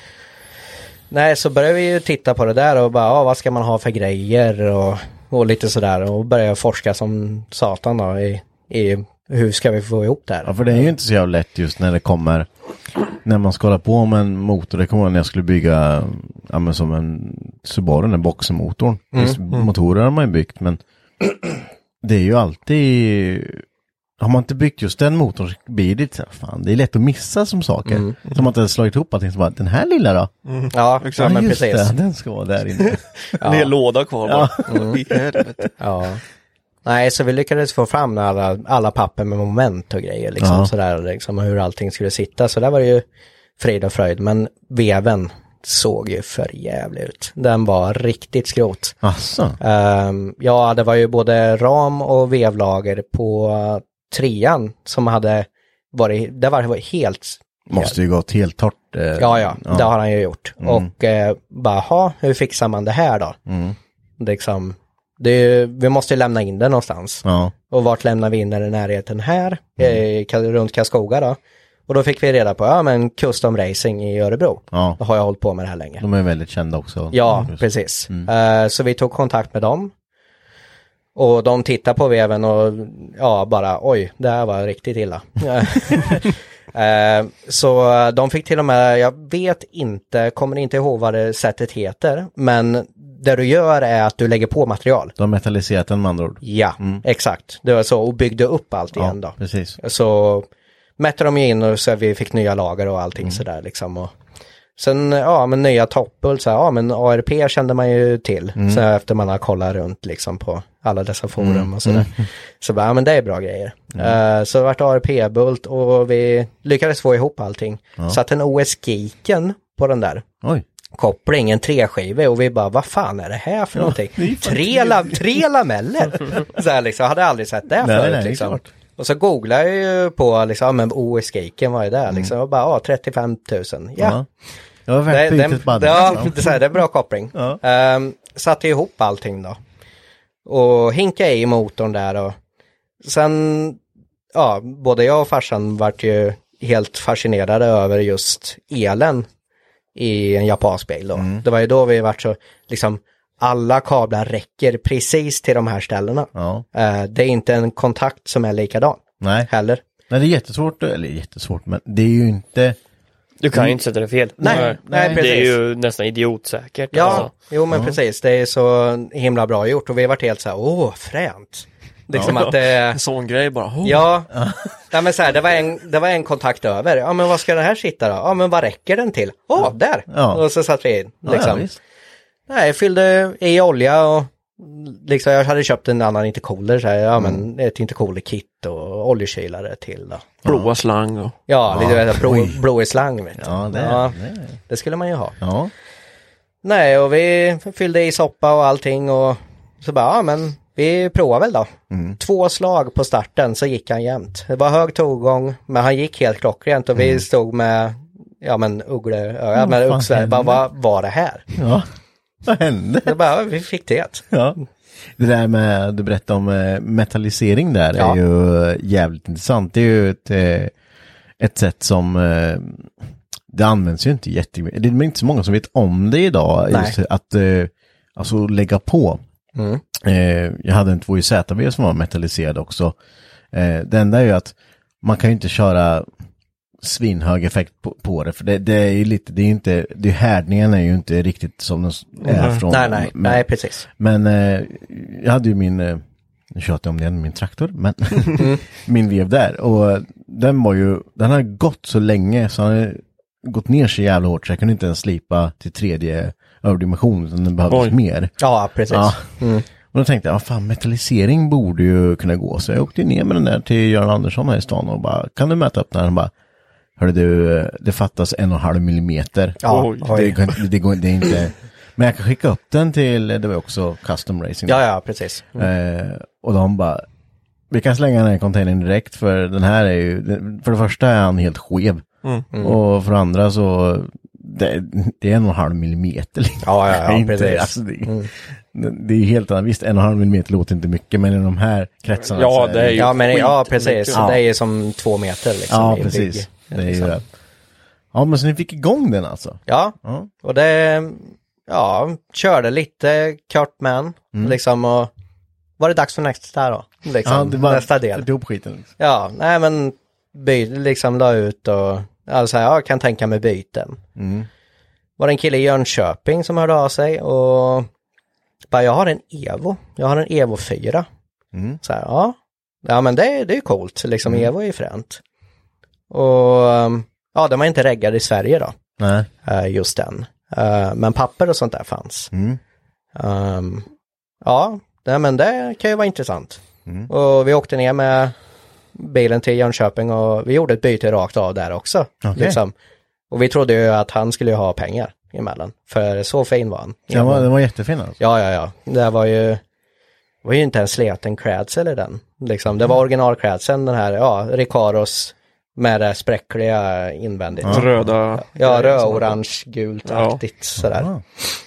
nej, så började vi ju titta på det där och bara, ja, vad ska man ha för grejer och, och lite sådär, och började forska som satan då i, i hur ska vi få ihop det här. Ja, för det är ju inte så jävla lätt just när det kommer, när man ska hålla på med en motor. Det kommer när jag skulle bygga, ja, men som en Subaru, den boxermotorn. Mm. Just motorer har man ju byggt, men det är ju alltid, har man inte byggt just den motorn så blir det så här, fan, det är lätt att missa som saker. Mm. Som att det har slagit ihop allting, så bara, den här lilla då? Ja, Exakt. ja men just precis. det, den ska vara där inne. En hel låda kvar bara. Mm. I helvete. Ja. Nej, så vi lyckades få fram alla, alla papper med moment och grejer liksom, Ja. sådär, liksom, hur allting skulle sitta. Så där var det ju frid och fröjd, men veven såg ju för jävligt ut. Den var riktigt skrot. Asså. Um, ja, det var ju både ram och vevlager på trean som hade varit, det var helt... Måste ju gått helt torrt. Eh, Ja, ja, det har han ju gjort. Mm. Och eh, bara, ha, hur fixar man det här då? Mm. Liksom, det, vi måste ju lämna in det någonstans. Ja. Och vart lämnar vi in den i närheten här? Mm. Eh, runt Karlskoga då. Och då fick vi reda på, ja men Custom Racing i Örebro. Ja. Då har jag hållit på med det här länge. De är väldigt kända också. Ja, Just. precis. Mm. Eh, så vi tog kontakt med dem. Och de tittade på veven och ja, bara oj, det här var riktigt illa. eh, så de fick till och med, jag vet inte, kommer inte ihåg vad det sättet heter, men det du gör är att du lägger på material. De har metalliserat den med andra ord. Ja, Mm. exakt. Det var så, och byggde upp allt Ja, igen då. precis. Så mätte de in och så vi fick nya lager och allting Mm. sådär liksom. Och sen, ja, men nya toppbult, så här, ja men A R P kände man ju till. Mm. Så efter man har kollat runt liksom på alla dessa forum Mm. och sådär. Mm. Så bara, ja men det är bra grejer. Uh, så det vart A R P-bult och vi lyckades få ihop allting. Ja. Så att en O S-giken på den där Oj. koppling, en treskiva, och vi bara, vad fan är det här för någonting? det är fan Tre, la, tre lameller! Så här liksom, hade aldrig sett det Nej, förut nej, liksom. klart. Och så googlade jag ju på liksom, ja, men O S-giken var ju där liksom, och bara, ja, trettiofem tusen. Ja. Ja. Jag har Det, väl det, bytt band. ja, det, är så här, det är bra koppling. Ja. Um, satte ihop allting då. Och hinka i motorn där och sen, ja, både jag och farsan vart ju helt fascinerade över just elen i en japansk bil då. Mm. Det var ju då vi vart så, liksom, alla kablar räcker precis till de här ställena. Ja. Uh, det är inte en kontakt som är likadan. Nej. Heller. Nej, det är jättesvårt, eller jättesvårt, men det är ju inte... Du kan ju inte sätta det fel. Nej, nej, nej, det är ju nästan idiotsäkert. Ja, alltså. jo men ja. precis. Det är så himla bra gjort och vi har varit helt så här, åh, fränt. Liksom ja. att det... En sån grej bara. Oh. Ja, ja men så här, det var, en, det var en kontakt över. Ja, men vad ska det här sitta då? Ja, men vad räcker den till? Åh, oh, där! Ja. Och så satt vi in, liksom. Ja, ja, nej, jag fyllde i olja och liksom jag hade köpt en annan intercooler så här, ja mm. men ett intercooler-kit och oljekylare till då. Blåa slang och... Ja, lite ja. blå, blåa slang vet ja, det, ja, det. det skulle man ju ha. Ja. Nej, och vi fyllde i soppa och allting och så bara, ja men vi provar väl då. Mm. Två slag på starten så gick han jämt. Det var hög tåggång, men han gick helt klockrent och mm. vi stod med, ja men uggleöga, med uxlar, bara vad var det här? Ja. Vad hände? Det bara, vi fick det. Ja. Det där med, du berättade om metallisering där ja. är ju jävligt intressant. Det är ju ett, ett sätt som, det används ju inte jättemycket. Det är inte så många som vet om det idag. Just att alltså lägga på. Mm. Jag hade en två Y Z V som var metalliserad också. Det enda är ju att man kan ju inte köra svinhög effekt på, på det, för det, det är ju lite, det är ju inte, det är härdningen är ju inte riktigt som den är mm. från. Nej, nej, men, nej, precis. Men eh, jag hade ju min, eh, nu tjatar jag om det igen, min traktor, men mm. min vev där, och den var ju, den har gått så länge så den har gått ner så jävla hårt så jag kunde inte ens slipa till tredje överdimension, utan den behövdes Oj. mer. Ja, precis. Ja. Mm. Och då tänkte jag, ah, fan, metallisering borde ju kunna gå, så jag åkte ner med den där till Göran Andersson här i stan och bara, kan du mäta upp den här? Och bara, hörde du, det fattas en och en halv millimeter. Ja, det, det, det går det är inte. Men jag kan skicka upp den till, det var också custom racing. Ja, ja, precis. Mm. Eh, och de bara, vi kan slänga den här containern direkt, för den här är ju, för det första är han helt skev. Mm. Mm. Och för det andra så, det, det är en och en halv millimeter. Ja, ja, ja, inte, precis. Alltså, det, mm. det är helt annat. Visst, en och en halv millimeter låter inte mycket, men i de här kretsarna. Ja, det är ju ja, men, ja precis. Ja. Det är ju som två meter liksom. Ja, precis. Bygg. Det är ju det. Ja, men så ni fick igång den alltså? Ja, ja. Och det, ja, körde lite kort men, mm. liksom, och var det dags för nästa då? Liksom, ja, det var nästa del. Det skiten, liksom. Ja, nej men, by, liksom la ut och, alltså jag kan tänka mig byten. Mm. Var det en kille i Jönköping som hörde av sig och bara, jag har en Evo, jag har en Evo fyra. Mm. Så här, ja, ja men det, det är coolt, liksom mm. Evo är ju fränt. Och ja, de var inte reggade i Sverige då. Nej. Uh, just den. Uh, men papper och sånt där fanns. Mm. Um, ja, nej, men det kan ju vara intressant. Mm. Och vi åkte ner med bilen till Jönköping och vi gjorde ett byte rakt av där också. Okay. Liksom. Och vi trodde ju att han skulle ha pengar emellan. För så fin var han. Den var, den var jättefin alltså. Ja, ja, ja. Det var ju, det var ju inte en sleten Cradsel i den. Liksom. Det var original Cradsen, den här, ja, Ricaros med det spräckliga invändigt. Ja. Röda. Ja, röd, orange, gult-aktigt ja. Sådär. Ja.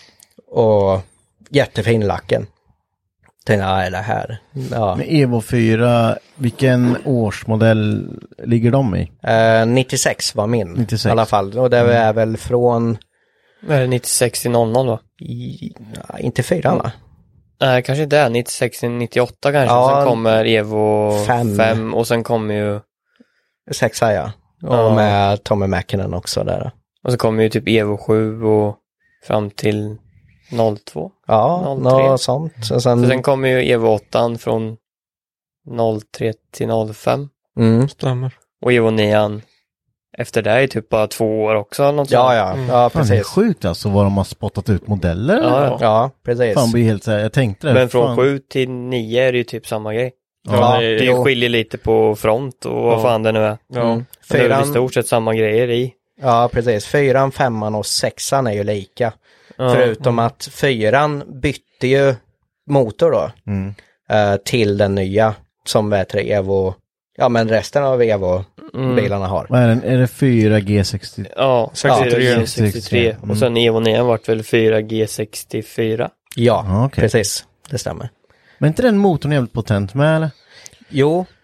Och jättefin lacken. Tänkte, ja, det här. Ja. Men Evo fyra, vilken årsmodell ligger de i? Uh, nittiosex var min. nittiosex. I alla fall. Och det är mm. väl från... Är det nittiosex till noll noll då? I, ja, inte fyra va? Nej, kanske inte är. nittiosex till nittioåtta kanske. Ja, sen kommer Evo fem och sen kommer ju... Sexa, ja. Och ja. Med Tommy Mäkinen också där. Och så kommer ju typ Evo sju och fram till noll två. Ja, något sånt. Och sen... Så sen kommer ju Evo åtta från noll tre till noll fem. Mm. Stämmer. Och Evo nio efter det är typ bara två år också. Något ja, ja, mm. ja, precis. Fan, det är sjukt alltså vad de har spottat ut modeller. Ja, ja. ja precis. Fan, blir helt så här, jag tänkte det. Men från fan. sju till nio är det ju typ samma grej. Ja, det, det skiljer lite på front och vad ja. fan det nu är. Ja. Mm. Det är i stort sett samma grejer i. Ja, precis. Fyran, femman och sexan är ju lika. Ja. Förutom mm. att fyran bytte ju motor då mm. uh, till den nya som vet det, Evo. Ja, men resten av Evo-bilarna mm. har. Vad är, den? Är det fyra G sextio? Ja, fyra G sextiotre. Mm. Och sen Evo nio vart väl fyra G sextiofyra. Ja, ah, okay. Precis. Det stämmer. Men inte den motorn jävligt potent med, eller? Jo,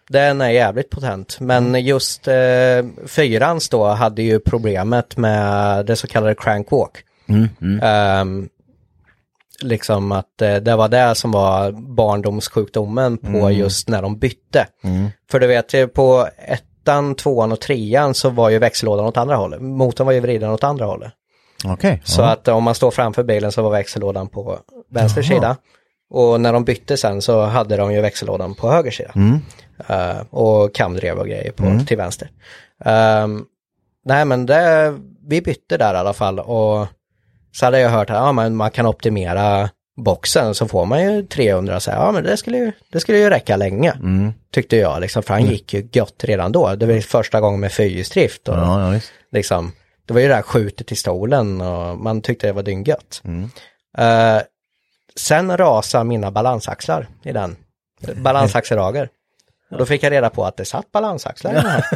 Den är jävligt potent. Men just eh, fyrans då hade ju problemet med det så kallade crankwalk. Mm, mm. Um, liksom att eh, det var det som var barndomssjukdomen på mm. just när de bytte. Mm. För du vet, på ettan, tvåan och trean så var ju växellådan åt andra hållet. Motorn var ju vriden åt andra hållet. Okay, så ja. Att om man står framför bilen så var växellådan på vänster Jaha. Sida. Och när de bytte sen så hade de ju växellådan på höger sida. Mm. Uh, och kamdrev och grejer på, mm. till vänster. Um, nej men det, vi bytte där i alla fall. Och så hade jag hört att ja, man, man kan optimera boxen så får man ju trehundra. Så ja men det skulle ju, det skulle ju räcka länge. Mm. Tyckte jag liksom. För han mm. gick ju gott redan då. Det var första gången med fyrhjulsdrift. Och ja, ja, visst. Liksom, det var ju det där skjutet i stolen. Och man tyckte det var dyngött. Mm. Uh, sen rasade mina balansaxlar i den. Balansaxelrager. Och då fick jag reda på att det satt balansaxlar i den här.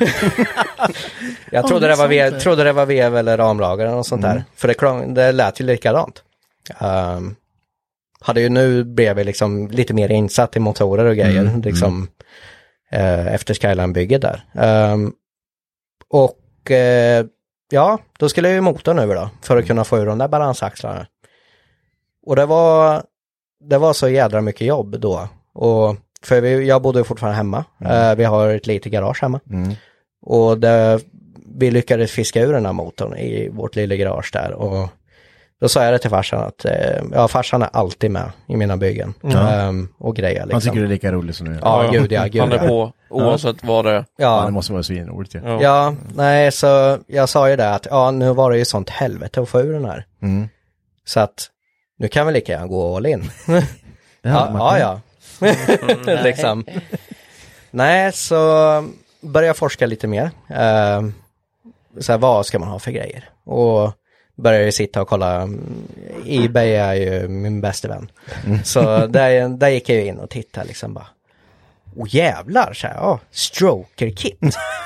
Jag trodde, oh, det var vev, trodde det var vev eller ramlager eller något sånt mm. där. För det, det lät ju likadant. Um, hade ju nu blev liksom lite mer insatt i motorer och grejer. Mm. Liksom, uh, efter Skyline-bygget där. Um, och uh, ja, då skulle jag ju motorn över då. För att kunna få ur de där balansaxlarna. Och det var, det var så jädra mycket jobb då. Och för vi, jag bodde fortfarande hemma. Mm. Uh, vi har ett litet garage hemma. Mm. Och det, vi lyckades fiska ur den här motorn i vårt lilla garage där. Och då sa jag det till farsan att uh, ja, farsan är alltid med i mina byggen. Mm. Um, och grejer liksom. Han tycker det är lika roligt som nu. Ja, ja gud ja. Gud, han är på oavsett ja. Vad det är. Ja. ja, det måste vara svinroligt. Ja. Ja. ja, nej så jag sa ju det att ja, nu var det ju sånt helvete att få ur den här. Mm. Så att nu kan vi lika gärna gå all in. ja, ja, ja. Mm, liksom. Nej, så började jag forska lite mer. Uh, så här, vad ska man ha för grejer? Och började jag sitta och kolla. eBay är ju min bästa vän. Mm. Så där, där gick jag ju in och tittade liksom bara. Åh jävlar, så här, ja, stroker kit.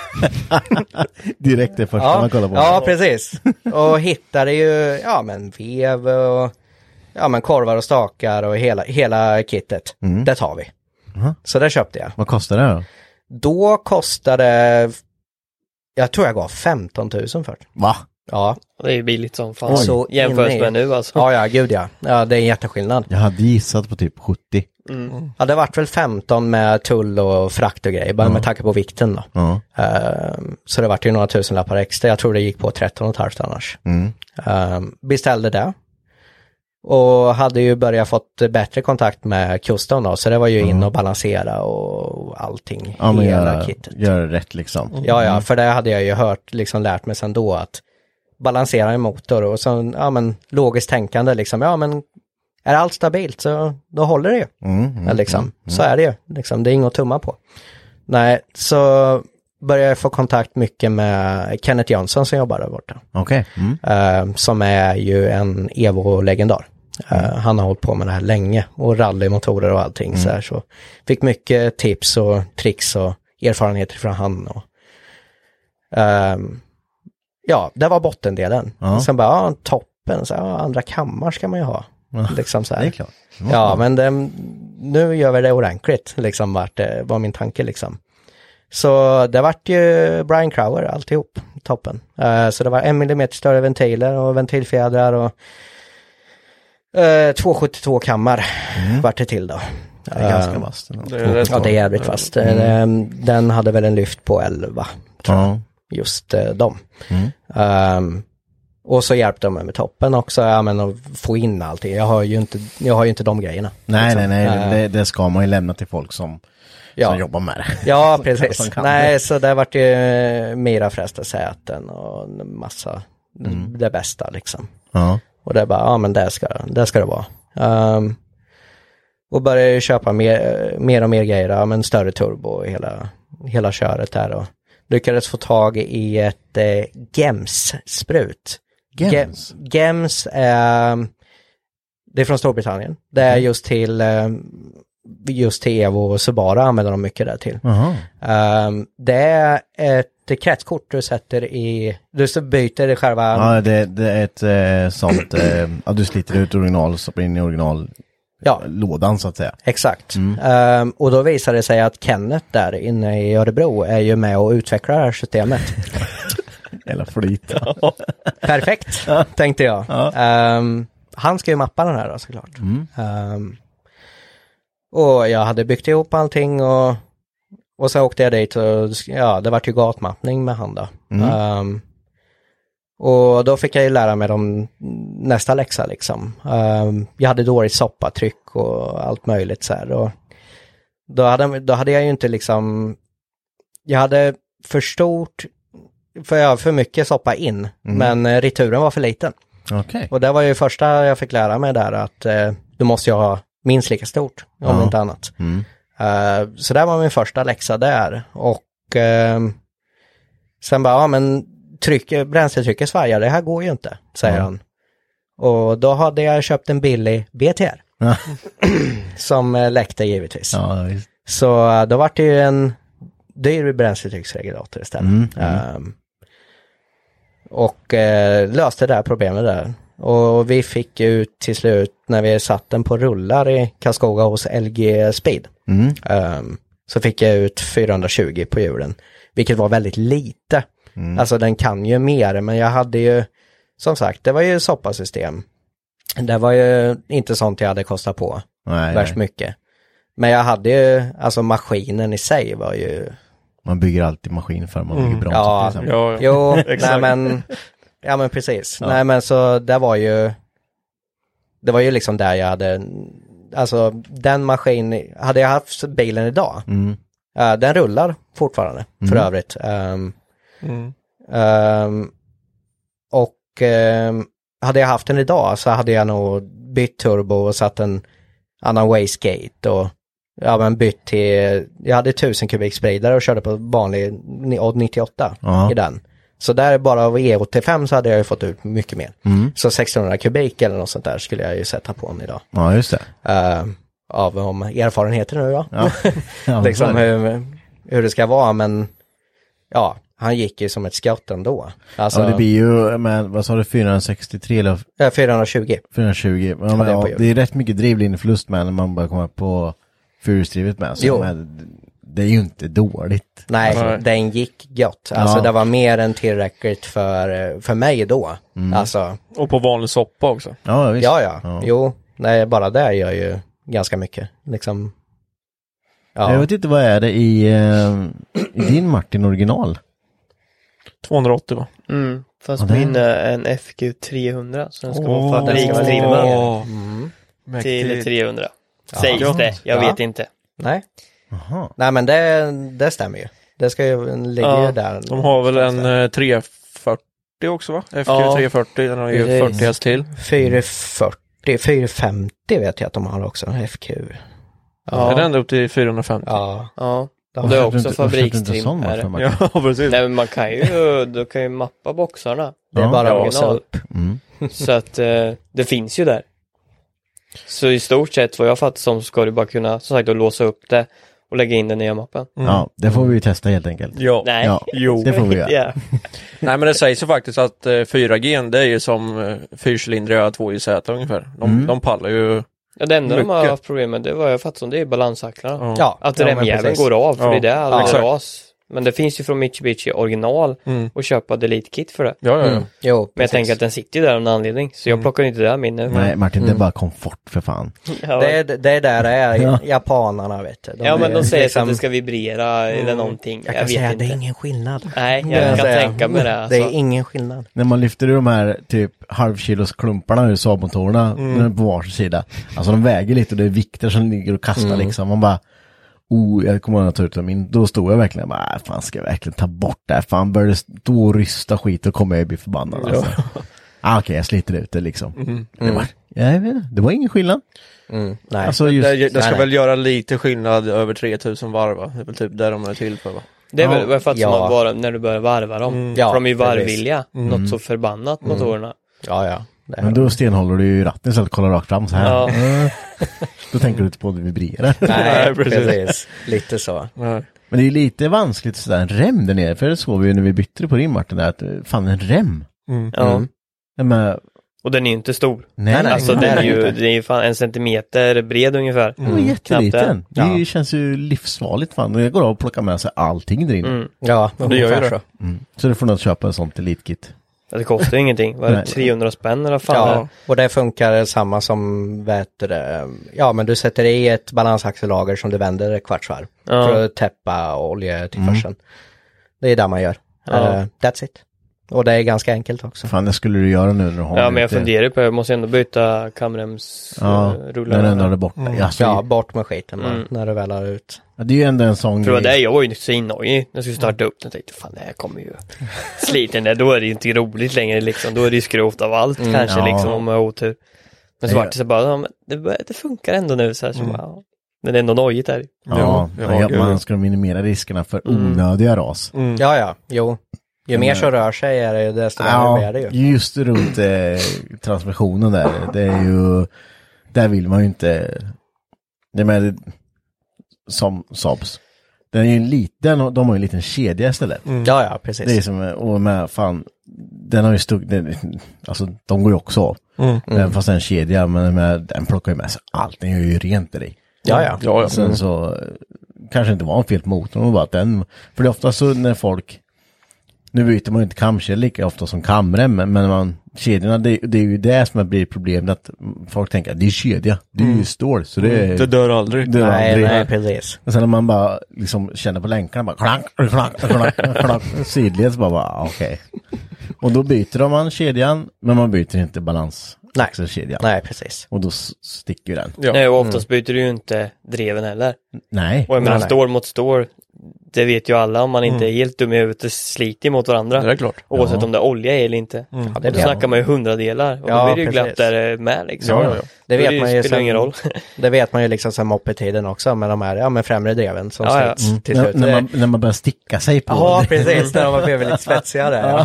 Direkt det första ja, man kollar på. Ja, precis. Och hittade ju, ja men vev och ja men korvar och stakar och hela, hela kittet. Mm. Det tar vi. Uh-huh. Så det köpte jag. Vad kostade det då? Då kostade, jag tror jag gav femton tusen för det. Va? Ja. Det är ju billigt som fan. Så jämfört med nu alltså. Ja, ja, gud ja. Ja, det är en jätteskillnad. Jag hade gissat på typ sjuttio. Mm. Ja, det varit väl femton med tull och frakt och grejer. Bara mm. med tanke på vikten då. Mm. Uh, så det vart ju några tusenlappar extra. Jag tror det gick på tretton och ett halvt annars. Mm. Uh, beställde det. Och hade ju börjat fått bättre kontakt med Custom då. Så det var ju mm. in och balansera och allting. Ja, men hela gör, kittet. Gör det rätt liksom. Mm. Ja, ja. För det hade jag ju hört, liksom lärt mig sedan då att balansera en motor och så, ja men logiskt tänkande liksom. Ja men är allt stabilt så då håller det ju. Mm, mm, liksom. Mm, mm. Så är det ju. Liksom, det är inget att tumma på. Nej, så började jag få kontakt mycket med Kenneth Jönsson som jobbar där borta. Okej. Okay. Mm. Uh, som är ju en Evo-legendar. Uh, mm. Han har hållit på med det här länge. Och rallymotorer och allting. Mm. Så, här, så fick mycket tips och tricks och erfarenheter från han. Och, uh, ja, det var bottendelen. Uh-huh. Sen bara, ja, toppen. Så, ja, andra kammar ska man ju ha. Uh-huh. Liksom så här. Det är klart. Ja, men det, nu gör vi det ordentligt. Liksom vart det var min tanke liksom. Så det vart ju Brian Crower alltihop, toppen. Uh, så det var en millimeter större ventiler och ventilfjädrar och uh, tvåhundrasjuttiotvå kammar mm. vart det till då. Det är uh, ganska vast. Det är ja, det är jävligt fast. Mm. Den hade väl en lyft på elva, tror jag. Mm. Just uh, dem. Mm. Um, och så hjälpte de mig med toppen också, ja, men att få in allting. Jag har ju inte, jag har ju inte de grejerna. Nej, liksom. nej, nej. Uh, det, det ska man ju lämna till folk som Ja. som jobbar med det. Ja, precis. Nej, så det vart ju mera frästasäten och en massa mm. det bästa liksom. Ja. Och det är bara, ja men det ska det ska det vara. Um, och började köpa mer, mer och mer grejer, ja, men större turbo och hela, hela köret där och lyckades få tag i ett eh, Gems-sprut. Gems? Ge- Gems är, det är från Storbritannien. Det är just till eh, just till Evo och Subaru använder de mycket där till. Uh-huh. Um, det är ett kretskort du sätter i, du byter själva. Ja, det, det är ett eh, sånt, eh, ja, du sliter ut original och stoppar in i original Ja. lådan så att säga. Exakt. Mm. Um, och då visade det sig att Kenneth där inne i Örebro är ju med och utvecklar det här systemet. Eller flyt. Ja. Perfekt, tänkte jag. Ja. Um, han ska ju mappa den här då, såklart. Mm. Um, och jag hade byggt ihop allting och, och så åkte jag dit och ja, det var ju gatmappning med han då. Mm. Um, och då fick jag ju lära mig de nästa läxa liksom. Um, jag hade dåligt soppatryck och allt möjligt så här. Och då hade, då hade jag ju inte liksom, jag hade för stort, för jag för mycket soppa in, mm. men returen var för liten. Okay. Och det var ju första jag fick lära mig där att eh, du måste ju ha minst lika stort, om ja. inte annat. Mm. Uh, så det var min första läxa där. Och uh, sen bara, ja men tryck, bränsletrycket svajar, det här går ju inte, säger ja. han. Och då hade jag köpt en billig B T R. Ja. som uh, läckte givetvis. Ja, så uh, då var det ju en dyr bränsletrycksregulator istället. Mm. Mm. Uh, och uh, löste det här problemet där. Och vi fick ut till slut när vi satt den på rullar i Karlskoga hos L G Speed. Mm. Um, så fick jag ut fyrahundratjugo på hjulen. Vilket var väldigt lite. Mm. Alltså den kan ju mer, men jag hade ju, som sagt, det var ju soppasystem. Det var ju inte sånt jag hade kostat på. Nej, värst nej. mycket. Men jag hade ju, alltså maskinen i sig var ju... Man bygger alltid maskin för man bygger mm. bromsar. Ja, ja, ja. Jo, nej men... Ja men precis. Ja. Nej men så det var ju det var ju liksom där jag hade, alltså den maskin, hade jag haft bilen idag, mm. uh, den rullar fortfarande mm. för övrigt. Um, mm. um, och um, hade jag haft den idag så hade jag nog bytt turbo och satt en annan wastegate och ja men bytt till, jag hade tusen kubik spridare och körde på vanlig Odd nittioåtta ja. i den. Så där bara av E åttiofem så hade jag ju fått ut mycket mer. Mm. Så sextonhundra kubik eller något sånt där skulle jag ju sätta på den idag. Ja, just det. Uh, av om erfarenheter nu då. Ja. Ja, liksom hur, hur det ska vara, men ja, han gick ju som ett skott ändå. Alltså, ja, det blir ju, men vad sa du, fyrahundrasextiotre eller? Ja, fyrahundratjugo. fyrahundratjugo. Ja, men, ja, det är rätt mycket drivlinjeförlust med när man bara kommer på fyrhjulsdrivet med. Så jo. Med, det är ju inte dåligt. Nej, alltså. Den gick gott. Alltså ja. det var mer än tillräckligt för, för mig då. Mm. Alltså. Och på vanlig soppa också. Ja, visst. Ja, ja. ja. Jo, nej, bara det gör ju ganska mycket. Liksom. Ja. Jag vet inte, vad är det i, uh, i din Martin original? tvåhundraåttio va? Mm, fast ja, min är en F Q trehundra. Så den ska oh, vara fabrikstrimmad. Oh. Mm. Till trehundra. Sägs ja. det, jag ja. vet inte. Nej. Aha. Nej men det, det stämmer ju. Det ska ju ligga ja, ju där. De har väl en eh, trehundrafyrtio också va? F Q ja, trehundrafyrtio, den har ju fyrtio häst till. fyrahundrafyrtio, fyrahundrafemtio vet jag att de har också, F Q. Ja. Är det ända upp till fyrahundrafemtio? Ja. Ja. Och det är också fabrikstrim. Ja, precis. Nej men man kan ju, du kan ju mappa boxarna. Det är ja. bara att boxa upp. Mm. Så att eh, det finns ju där. Så i stort sett vad jag fattar som ska du bara kunna, som sagt, att låsa upp det och lägga in den nya mappen. Mm. Ja, det får vi ju testa helt enkelt. Ja, Nej. ja jo. Det får vi göra. Yeah. Nej, men det sägs ju faktiskt att uh, fyra G, det är ju som uh, fyrcylindriga två i Z ungefär. De, mm. de pallar ju. Ja, det enda mycket. De har haft problem med, det var jag fattar som, det är balanshacklarna. Ja. Att ja, remjäveln går av, för ja. det är det alla ja. ras. Men det finns ju från Mitsubishi original mm. och köpa delete-kit för det. Ja, ja, ja. Mm. Jo, men jag precis. tänker att den sitter ju där av en anledning. Så jag mm. plockar inte det här min nu. Nej, Martin, mm. det är bara komfort för fan. Ja. Det, är, det är där det är ja. japanerna, vet du. De ja, men de säger liksom... att det ska vibrera mm. eller någonting. Jag kan jag vet säga, inte. Det är ingen skillnad. Nej, jag, jag kan säga. tänka mig det. Alltså. Det är ingen skillnad. När man lyfter de här typ halvkilos klumparna ur Saab-motorerna mm. på varsin sida. Alltså de väger lite och det är vikter som ligger och kastar mm. liksom. Man bara... Oh, jag kommer att ta ut min. Då stod jag verkligen bara, fan ska jag verkligen ta bort det här? Fan började stå och rysta skit och kommer jag bli förbannad. Alltså. Ja. Ah, okej, okay, jag sliter ut det liksom. Mm. Det, var, jag vet inte, det var ingen skillnad. Mm. Nej. Alltså just, det, det ska nej, väl nej. göra lite skillnad över tre tusen varv va? Det är väl typ där de är till för va? Det är väl ja. för att ja. man bara, när du börjar varva dem. Mm. Ja, för de är ju varvvilliga. Mm. Något så förbannat mm. motorerna. Ja, ja. Men då stenhåller du ju ratten så att kolla rakt fram så här. Ja. Då tänker du inte på att det vibrerar. Nej, precis. Lite så. Men det är ju lite vanskligt sådär, en rem där nere. För det såg vi ju när vi bytte på din Martin där, att fan en rem. Mm. Ja. Men, Och den är ju inte stor. Nej, nej, alltså nej, den är nej, ju, inte. det är ju fan en centimeter bred ungefär. Den var jätteliten. Det Ja. känns ju livsfarligt fan. Jag går av och plockar med sig allting där inne. Mm. Ja, det gör ju ungefär det. så. Mm. Så du får nog köpa en sånt elitkit. Det kostar ju ingenting. Vad är det? Nej. trehundra spänn eller vad fan Ja, är det? och det funkar samma som, vet du det, ja men du sätter i ett balansaxellager som du vänder ett kvartsvarv Ja. för att täppa oljetillförseln. Det är där man gör. Ja. Uh, that's it. Och det är ganska enkelt också. Fan, det skulle du göra nu när du har Ja, men jag lite- funderar på, jag måste ändå byta kamremsrullar. Ja, Uh, rullar. när den är borta. Mm. Alltså, Ja, bort med skiten bara, Mm. när du väl har ut. ja, det är ju ändå en sån För det var grej. det jag var ju så innojig när jag skulle starta upp den. Jag tänkte, fan det här kommer ju sliten där. Då är det ju inte roligt längre liksom. Då är det ju skrovt av allt Mm, kanske ja. liksom om jag har otur. Men så Ja. var det så bara, ja, men det, bör- det funkar ändå nu så här. Så bara, ja. Men det är ändå nojigt där. Ja, Ja, ja, ja, gud. man ska minimera riskerna för Mm. onödiga ras. Mm. Ja, ja, jo. Ju mer som rör sig är det ju desto Ja, värre är det ju. just runt eh, transmissionen där. Det är ju, där vill man ju inte, det med som Saabs. Den är ju en liten, de har ju en liten kedja istället. Ja, ja, precis. Det är som, och med fan, den har ju stugg, den, alltså de går ju också av. Mm. Den, fast en kedja, men med, den plockar ju med sig allt, den gör ju rent i dig. Ja, ja. Ja, ja. Sen så eh, kanske inte var en fel på motorn, och bara att den, för det är ofta så när folk, nu byter man ju inte kamkedja lika ofta som kamrem, men men man, kedjorna, det, det är ju det som blir problemet, att folk tänker att det är kedja, det är ju stål, så det är, Det dör aldrig. det är Nej, aldrig. nej, precis. Och sen när man bara liksom känner på länkarna, bara klank, klank, klank, klank, sidleds bara, bara okej. Och då byter man kedjan, men man byter inte balans. Nej. Kedjan. Nej, precis. Och då s- sticker den. Ja. Nej, och oftast byter du ju inte dreven heller. Nej. Och jag menar, Nej, nej. stål mot stål, det vet ju alla om man inte är helt dum i huvudet, det sliter mot varandra. Det är klart. Oavsett Ja. om det är olja eller inte. Ja, Då det, vet, snackar man ju hundradelar och Ja, då blir det ju precis. glatt där med liksom. Ja, ja, ja. det Då är vet man ju spelar sen, ingen roll. det vet man ju liksom sen moppetiden också med de här, ja med främre dreven som Ja, ja. slits till När, slut. när, man, när man börjar sticka sig på. Ja, precis, när de har blivit lite spetsigare. Ja,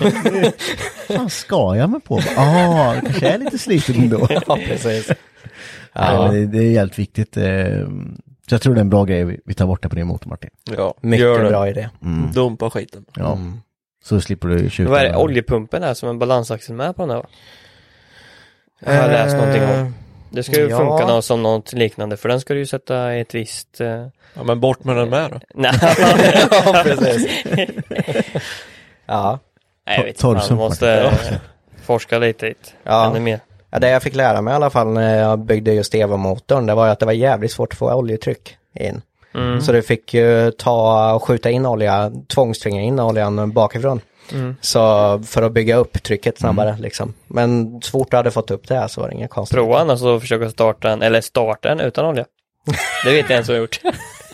Vad ska jag med på? Ja, ah, det kanske är lite sliten ändå. ja precis. Ja. Ja, Det, det är helt viktigt. Eh, så jag tror det är en bra grej. Vi, vi tar bort det på din motor, Martin. Ja, mycket gör det. bra idé. Mm. Dumpa skiten. Ja. Mm. Så slipper du tjuta. Vad är det? Oljepumpen är som en balansaxel med på den här va? Jag har läst någonting om. Det ska ju ja. funka något som något liknande, för den ska du ju sätta ett visst... Uh... Ja, men bort med den med då. Nej. Ja, precis. Ja. Nej, jag vet inte. Torrsump, Man måste eh, forska lite hit. Ja. Ännu mer. Ja, det jag fick lära mig i alla fall när jag byggde just Evo-motorn, det var ju att det var jävligt svårt att få oljetryck in. Mm. Så du fick ju ta och skjuta in olja, tvångstvinga in oljan bakifrån. Mm. Så för att bygga upp trycket snabbare Mm. liksom. Men så fort du hade fått upp det här så var det inga konstigt. Prova annars att försöka starta en, eller starta en utan olja. Det vet jag ens vad jag har gjort.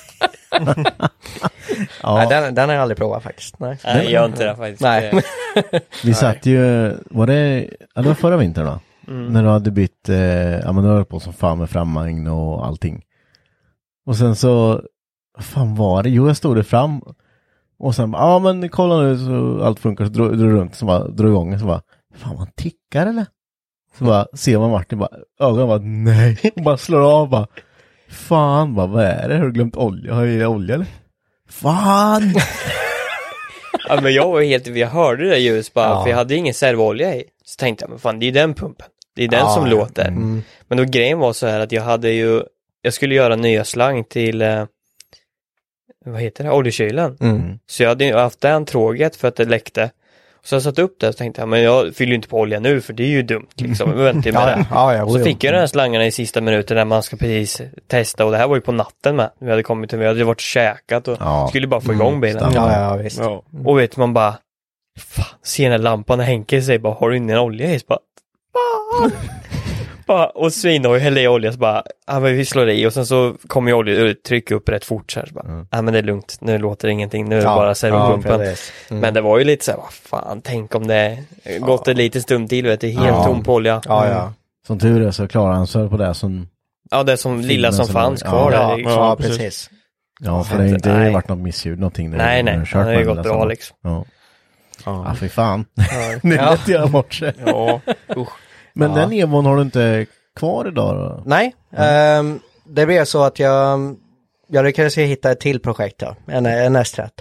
Ja, Nej, den, den har jag aldrig provat faktiskt. Nej. Nej, jag gör inte det faktiskt. Nej. vi satt ju, var det, ja, det var förra vintern då? Mm. När du hade bytt, eh, ja men du höll på som fan med framvagn och allting. Och sen så, vad fan var det? Jo, jag stod det fram. Och sen, ja men kolla nu så allt funkar, så drog du runt, så bara drog igång, så bara, fan man tickar eller? Så bara ser man Martin, bara, ögonen bara, nej, och bara slår av, bara, fan, bara, vad är det? Har du glömt olja? Har jag olja eller? Fan! Ja, men jag var ju helt, jag hörde det där ljuset bara, Ja. för jag hade ingen servolja i. Så tänkte jag, men fan det är den pumpen. Det är den Ja, som ja. låter. Mm. Men då grejen var så här att jag hade ju, jag skulle göra nya slang till, eh, vad heter det, oljekylen. Mm. Så jag hade ju haft den tråget för att det läckte. Så jag satt upp det och tänkte jag, men jag fyller ju inte på olja nu för det är ju dumt liksom. Jag väntar ju med Ja, det. ja, ja, Så jo, fick jag den här slangarna i sista minuten när man ska precis testa, och det här var ju på natten med. Vi hade kommit, vi hade varit och käkat och Ja. skulle bara få igång bilen. stanna. Ja, ja, visst. Ja. Och vet man bara, fan, ser den här lampan och Henke säger bara, har du ingen olja i? Så bara, fan. bara, och svinor och häller i olja så bara, ja men vi slår i, och sen så kommer ju oljetryck upp rätt fort så här, så bara, ja Mm. men det är lugnt, nu låter det ingenting, nu är det Ja, bara servopumpen. precis. Mm. Men det var ju lite så här, vad fan, tänk om det gått en liten stund till, vet du, helt Ja. tom på olja. Ja, ja. Som tur är så klarar han sig på det som, Ja, det som lilla som som- fanns ja. kvar Ja, där. ja, Liksom. ja, precis. precis. ja för det har Så, inte nej. varit något missljud någonting. när Nej, du nej, har det kört har ju med gått den bra samma. liksom. Ja. Ja. Ja, fy fan. Ja. Nu Ja. lät jag i morse. Ja. Men Ja. den Evon har du inte kvar idag då? Nej, ehm, det blev så att jag, jag lyckades hitta ett till projekt då, en, en S tretton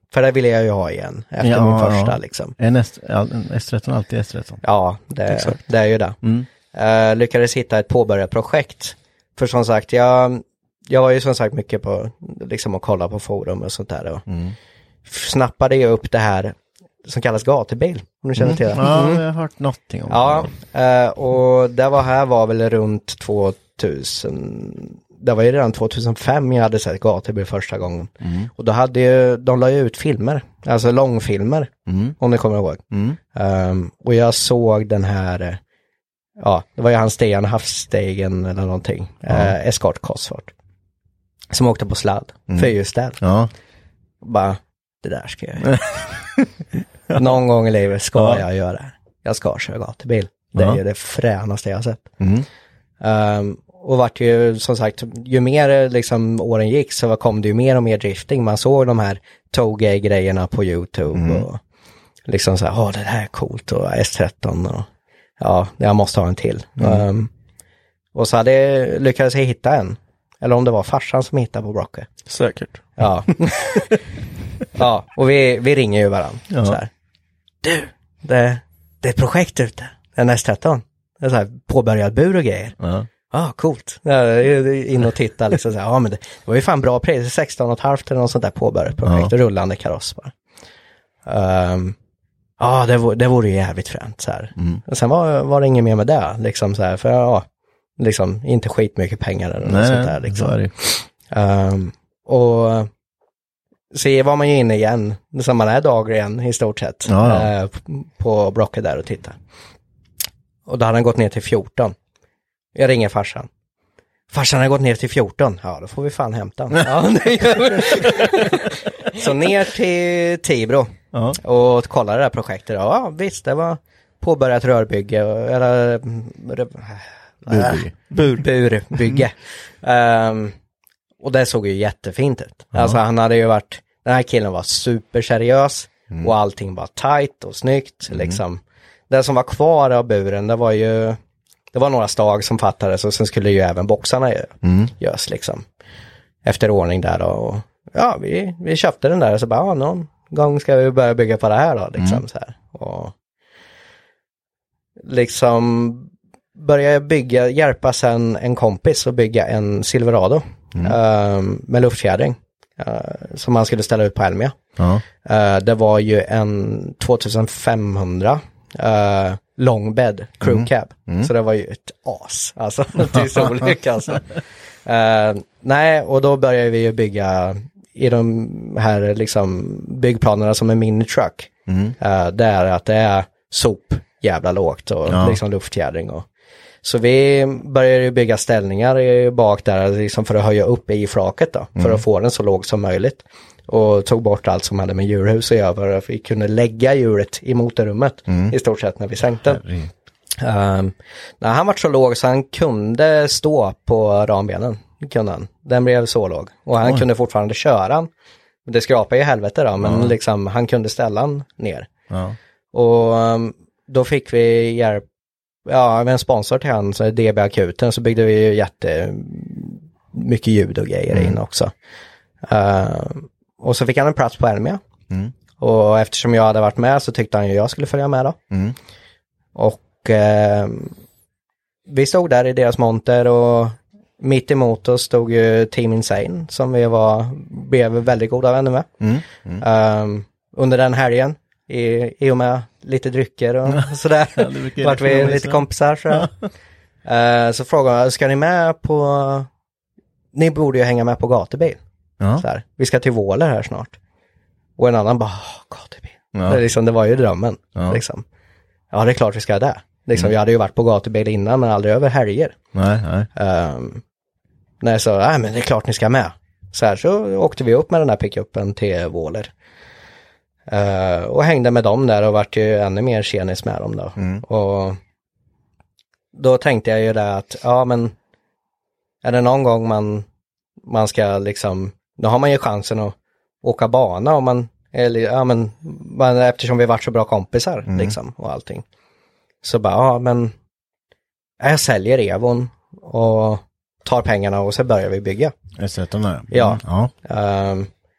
För det ville jag ju ha igen efter ja, min första ja. liksom. En S, ja, en S tretton alltid S tretton. Ja, det, det är ju det. Mm. Uh, lyckades hitta ett påbörjat projekt. För som sagt, jag, jag var ju som sagt mycket på liksom att kolla på forum och sånt där. Och mm. snappade jag upp det här som kallas gatubil. Om du känner till det. Mm. Ja, Mm. jag har hört någonting om ja, det. Uh, och det var här var väl runt tvåtusen. Det var ju redan tvåtusenfem jag hade sett gatubil första gången. Mm. Och då hade ju, de la ju ut filmer. Alltså långfilmer. Mm. Om ni kommer ihåg. Mm. Um, och jag såg den här, ja, det var ju han Stian Havsstegen eller någonting. Ja. Uh, Escort Cosworth. Som åkte på sladd. Mm. Fyrhjulsdriv. Ja. Bara, det där ska jag göra. Någon gång i livet ska ja. jag göra. Jag ska köra gatubil. Det ja. är det fränaste jag har sett. Mm. Um, och vart ju, som sagt, ju mer liksom åren gick så kom det ju mer och mer drifting. Man såg de här Togay-grejerna på YouTube mm. och liksom så här, åh det här är coolt och S tretton och ja, jag måste ha en till. Mm. Um, och så hade lyckades jag hitta en. Eller om det var farsan som hittade på Brocke. Säkert. Ja. Ja, och vi, vi ringer ju varandra. Ja. Så här. Du, det, det är ett projekt ute. En S tretton. Det är så här påbörjad bur och grejer. Ja. Ah, coolt. Ja, in och titta liksom så här. Ja, men det, det var ju fan bra pris. sexton och ett halvt eller något sånt där påbörjat projekt. Ja. Rullande kaross bara. Um, ja, det, vore, det vore ju jävligt fränt så här. Mm. Och sen var, var det inget mer med det. Liksom så här. För ja, liksom inte skitmycket pengar eller något sånt där. Liksom. Nej, um, och så var man ju inne igen. Som man är dagligen i stort sett. Ja, ja. Uh, på Brocke där och titta. Och då hade han gått ner till fjorton. Jag ringer farsan. Farsan har gått ner till fjorton. Ja, då får vi fan hämta. Ja, det gör vi. Så ner till Tibro. Ja. Och kolla det där projektet. Ja, visst, det var påbörjat rörbygge. Eller burbygge. Bur, burbygge. um, och det såg ju jättefint ut. Ja. Alltså han hade ju varit, den här killen var superseriös. Mm. Och allting var tajt och snyggt. Mm. Liksom. Det som var kvar av buren, det var ju det var några stag som fattades och sen skulle ju även boxarna mm. görs liksom. Efter ordning där då. Och ja, vi, vi köpte den där och så bara, ja, någon gång ska vi börja bygga på det här då liksom mm. så här. Och liksom börja bygga, hjälpa sen en kompis och bygga en Silverado mm. um, med luftfjädring uh, som man skulle ställa ut på Elmia. Ja. Uh, det var ju en tjugofemhundra uh, långbädd crew cab. Mm. Mm. Så det var ju ett as. Alltså, till storlek alltså. Uh, nej, och då började vi ju bygga i de här liksom byggplanerna som en mini-truck. Mm. Uh, det är att det är sop jävla lågt och ja. liksom luftfjädring. Och, så vi började ju bygga ställningar i bak där liksom för att höja upp i flaket då. Mm. För att få den så låg som möjligt. Och tog bort allt som hade med djurhus att göra för att vi kunde lägga djuret i motorrummet mm. i stort sett när vi sänkte. Um, när han var så låg så han kunde stå på rambenen. Kunde han. Den blev så låg. Och han Oj. kunde fortfarande köra. Det skrapade i helvete då, men ja. liksom, han kunde ställa han ner. Ja. Och um, då fick vi hjälp, ja, med en sponsor till han, så D B-akuten, så byggde vi ju jätte mycket ljud och grejer mm. in också. Uh, och så fick han en plats på Elmia. Mm. Och eftersom jag hade varit med så tyckte han ju jag skulle följa med då. Mm. Och uh, vi stod där i deras monter och mitt emot oss stod ju Team Insane som vi var, blev väldigt goda vänner med. Mm. Mm. Uh, under den helgen i, i och med lite drycker och sådär. Ja, vart vi lite kompisar. Så, uh, så frågade jag, ska ni med på, ni borde ju hänga med på gatubil. Ja. Så här, vi ska till Våler här snart. Och en annan bara, gatubil. Ja. Det, liksom, det var ju drömmen. Ja. Liksom. Ja, det är klart vi ska där. Liksom, mm. Jag hade ju varit på gatubil innan men aldrig över helger. Nej, nej. Um, nej, så, nej men det är klart ni ska med. Så här så åkte vi upp med den här pickuppen till Våler. Uh, och hängde med dem där och vart ju ännu mer tjenis med dem då. Mm. Och då tänkte jag ju där att, ja men är det någon gång man man ska liksom, då har man ju chansen att åka bana om man, eller ja men, man, eftersom vi varit så bra kompisar mm. liksom och allting. Så bara, ja men jag säljer Evon och tar pengarna och så börjar vi bygga. Jag sätter den ja. ja. Um,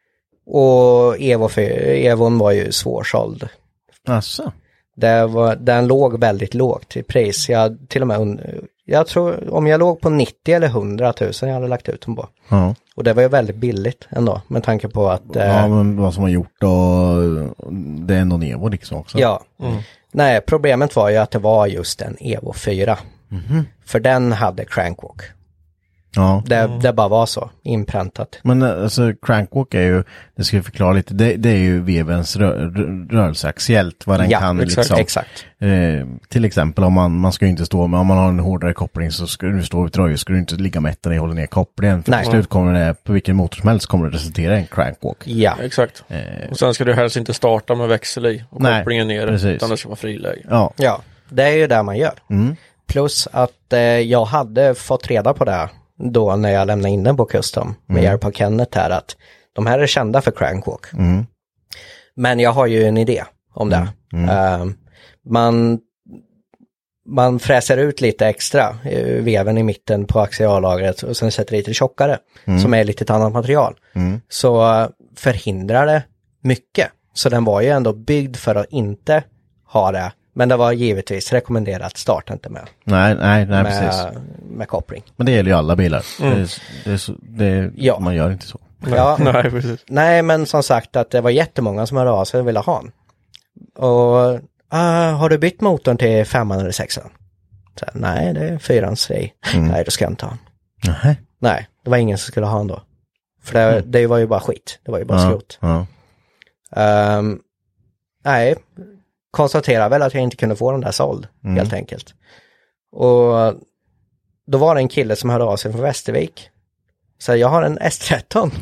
Och Evo, Evon var ju svårsåld. Asså. Det var, den låg väldigt lågt i pris. Jag till och med, jag tror om jag låg på nittio eller hundra tusen jag hade lagt ut dem på. Ja. Och det var ju väldigt billigt ändå med tanke på att... Ja, eh, men vad som har gjort och det är någon Evo liksom också. Ja. Mm. Nej, problemet var ju att det var just en Evo fyra. Mm-hmm. För den hade crankwalk. Ja. Det, mm. det bara var så, inpräntat. Men alltså crankwalk är ju, det ska jag förklara lite, det, det är ju vevens rö, rö, rörelse axiellt, vad den ja, kan exakt, liksom. exakt. Eh, till exempel om man, man ska ju inte stå, men om man har en hårdare koppling så ska du stå i tröjor, ska du inte ligga med ettan i och hålla ner kopplingen. För Nej. till slut kommer det, på vilken motor som helst kommer det resultera i en crankwalk. Ja, exakt. Eh, och sen ska du helst inte starta med växel i och Nej, kopplingen ner, precis. utan det ska vara friläge. Ja. ja, det är ju det man gör. Mm. Plus att eh, jag hade fått reda på det då när jag lämnade in den på Custom med Mm. hjälp av Kenneth här, att de här är kända för crankwalk. Mm. Men jag har ju en idé om det. Mm. Uh, man, man fräser ut lite extra uh, veven i mitten på axiallagret och sen sätter lite tjockare Mm. som är lite ett annat material. Mm. Så uh, förhindrar det mycket. Så den var ju ändå byggd för att inte ha det. Men det var givetvis rekommenderat att starta inte med. Nej, nej, nej, med, precis. med koppling. Men det gäller ju alla bilar. Mm. Det, är, det, är så, det Ja. man gör inte så. Ja, Nej, precis. nej, men som sagt att det var jättemånga som hörde av sig och ville ha en. Och ah, har du bytt motorn till femman eller sexan? Så, nej, det är fyrans grej. Mm. Nej, då ska jag inte ha en. Nej. Nej, det var ingen som skulle ha en då. För det, Mm. det var ju bara skit. Det var ju bara Ja, skrot. ja. Um, nej, konstaterar väl att jag inte kunde få den där såld, Mm. helt enkelt. Och då var det en kille som hörde av sig från Västervik. Så jag har en S tretton.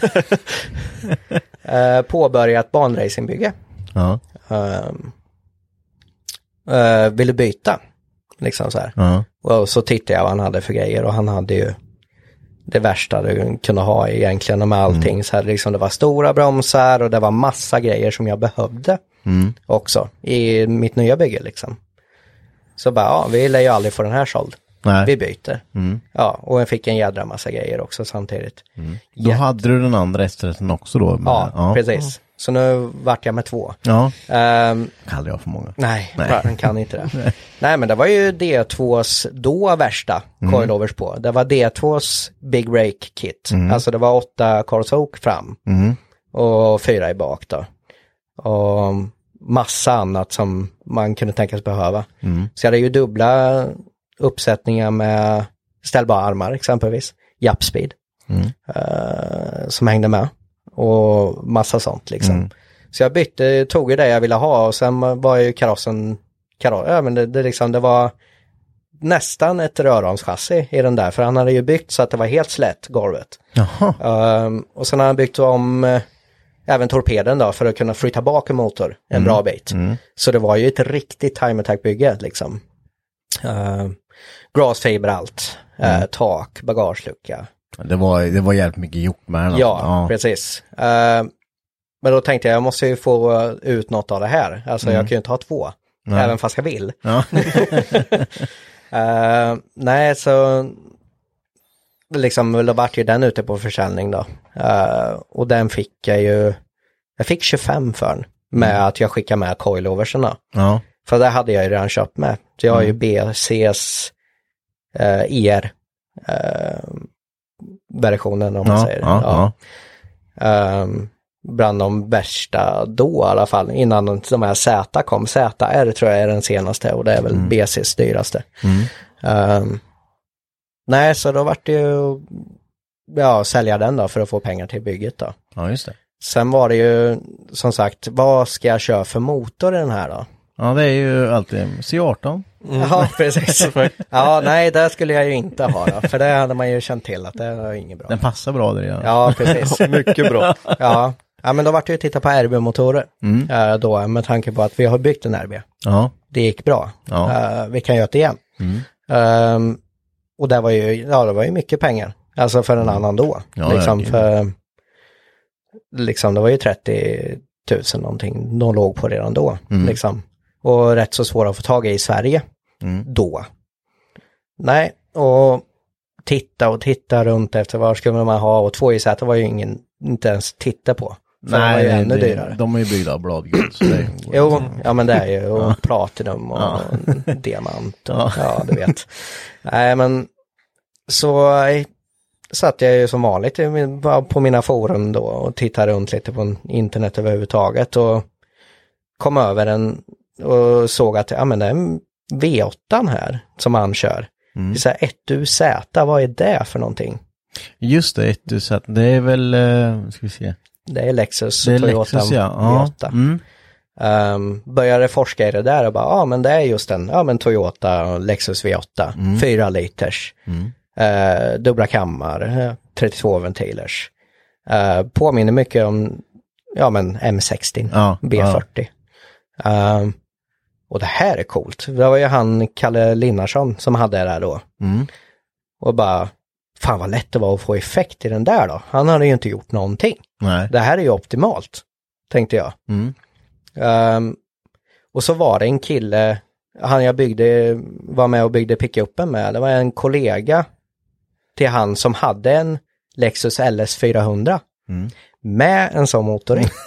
uh, påbörjat banracingbygge. Ja. Um, uh, ville byta. Liksom så här. Ja. Och så tittade jag vad han hade för grejer. Och han hade ju det värsta du kunde ha egentligen med allting. Mm. Så här, liksom, det var stora bromsar och det var massa grejer som jag behövde. Mm. Också i mitt nya bygge liksom. Så bara, ja, vi lär ju aldrig få den här såld. Nej. Vi byter. Mm. Ja, och jag fick en jädra massa grejer också samtidigt. Mm. Då hade du den andra S tretton också då? Med, ja, ja, precis. Så nu vart jag med två. Ja, Um, kallar jag för många. nej, Nej. den kan inte det. nej. nej, men det var ju D tvås då värsta Mm. coilovers på. Det var D tvås Big Rake Kit. Mm. Alltså det var åtta Corsoak fram. Mm. Och fyra i bak då. Och massa annat som man kunde tänkas behöva. Mm. Så jag hade ju dubbla uppsättningar med ställbara armar exempelvis. Japspeed. Mm. Uh, som hängde med. Och massa sånt liksom. Mm. Så jag bytte, tog ju det jag ville ha och sen var ju karossen, karo, ja men det, det liksom, det var nästan ett röromschassi i den där. För han hade ju byggt så att det var helt slätt golvet. Jaha. Um, och sen har han byggt om uh, även torpeden då för att kunna flytta bak en motor en Mm. bra bit. Mm. Så det var ju ett riktigt time attack bygge liksom. Uh, Grassfiber allt, Mm. uh, tak, bagagelucka. Det var, det var jävligt mycket gjort med den. alltså. Ja, Ja. precis. Uh, men då tänkte jag, jag måste ju få ut något av det här. Alltså Mm. jag kan ju inte ha två. Nej. Även fast jag vill. Ja. uh, nej, så liksom, då vart ju den ute på försäljning då. Uh, och den fick jag ju, jag fick tjugofem för den. Med Mm. att jag skickar med coiloverserna. Ja. För det hade jag ju redan köpt med. Så jag har ju Mm. B C's uh, I R uh, versionen om man Ja, säger. ja, ja. Um, bland de värsta då i alla fall. Innan de här Z kom. Z R tror jag är den senaste och det är väl Mm. B C's dyraste. Mm. Um, nej, så då vart det ju ja, sälja den då för att få pengar till bygget då. Ja, just det. Sen var det ju som sagt, vad ska jag köra för motor i den här då? Ja, det är ju alltid C arton. Mm. Ja, precis. Ja, nej, det skulle jag ju inte ha då, för det hade man ju känt till att det var inget bra. Den passar bra där. Ja. Ja, precis. Mycket bra. Ja. Ja, men då vart det ju titta på R B-motorer Mm. eh, då, med tanke på att vi har byggt en R B. Ja. Det gick bra. Ja. Eh, vi kan göra det igen. Mm. Um, och det var ju, ja, det var ju mycket pengar. Alltså för en annan då. Ja, liksom, verkligen. för, liksom det var ju trettio tusen någonting de låg på redan då. Mm. Liksom. Och rätt så svåra att få tag i i Sverige Mm. då. Nej, och titta och titta runt efter vad skulle man ha, och två i Z var ju ingen, inte ens titta på. För Nej, det var ju ännu det, dyrare. De är ju byggda av bladguld. Så det jo, ja men det är ju och ja. platinum och ja. diamant. Och, ja. ja, du vet. Nej, men så satt jag ju som vanligt på mina forum då och tittade runt lite på internet överhuvudtaget och kom över en och såg att ja, men det är en V åtta här som han kör. Mm. Det är så här ett U Z, vad är det för någonting? Just det, ett U Z, det är väl, uh, ska vi se. Det är Lexus det är Toyota Lexus, ja. V åtta. Mm. Um, började forska i det där och bara, ja men det är just en, ja men Toyota Lexus V åtta, mm. fyra liters, mm. uh, dubbla kammar, trettiotvå ventilers. Uh, påminner mycket om, ja men M sextio, ja, B fyrtio. Ja. Um, och det här är coolt. Det var ju han, Kalle Linnarsson, som hade det där då. Mm. Och bara, fan vad lätt det var att få effekt i den där då. Han hade ju inte gjort någonting. Nej. Det här är ju optimalt, tänkte jag. Mm. Um, och så var det en kille, han jag byggde, var med och byggde pickuppen med. Det var en kollega till han som hade en Lexus L S fyrahundra. Mm. Med en sån motor i.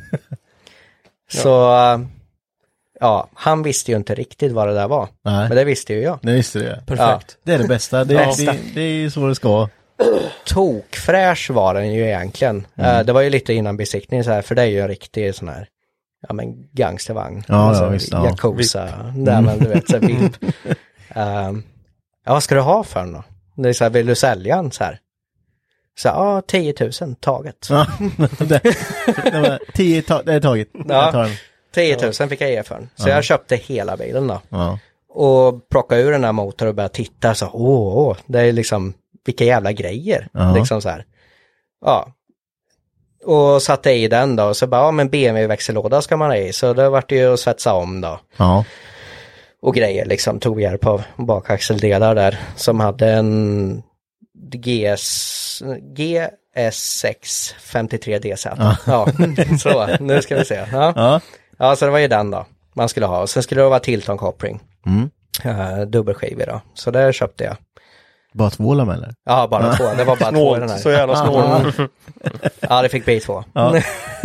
Så... Uh, ja, han visste ju inte riktigt vad det där var. Nej. Men det visste ju jag. Det visste du, ja. Perfekt. Ja. Det är det bästa. Det, ja. det, det är så det ska. Tokfräsch var den ju egentligen. Mm. Uh, det var ju lite innan besiktningen så här, för det är ju en riktig sån här, ja men gangstervagn. Ja, alltså, ja visst. Yakuza. Ja. Där man, du vet, så här, V I P. um, ja, vad ska du ha för den då? Det är så här, vill du sälja den så här? Så ja, tio tusen taget. Ja, det, det var tio ta- det är taget. Ja. tio tusen fick jag ge för den. Så ja. Jag köpte hela bilen då. Ja. Och plockade ur den här motorn och började titta. Så åh, åh, det är liksom, vilka jävla grejer. Ja. Liksom så här. Ja. Och satte i den då. Och så bara, ja men B M W-växellåda ska man ha i. Så det vart ju att svetsa om då. Ja. Och grejer liksom. Tog hjälp av bakaxeldelar där. Som hade en G S, G S sex femtiotre D Z. Ja. Ja. Så, nu ska vi se. Ja. Ja. Ja, så det var ju den då man skulle ha. Och sen skulle det vara Tilton-koppling. Mm. Uh, dubbelskivor då. Så det köpte jag. Bara två lameller? Ja, bara två. Det var bara två i den här. Så jävla snålt. Ja, det fick bli två. Ja.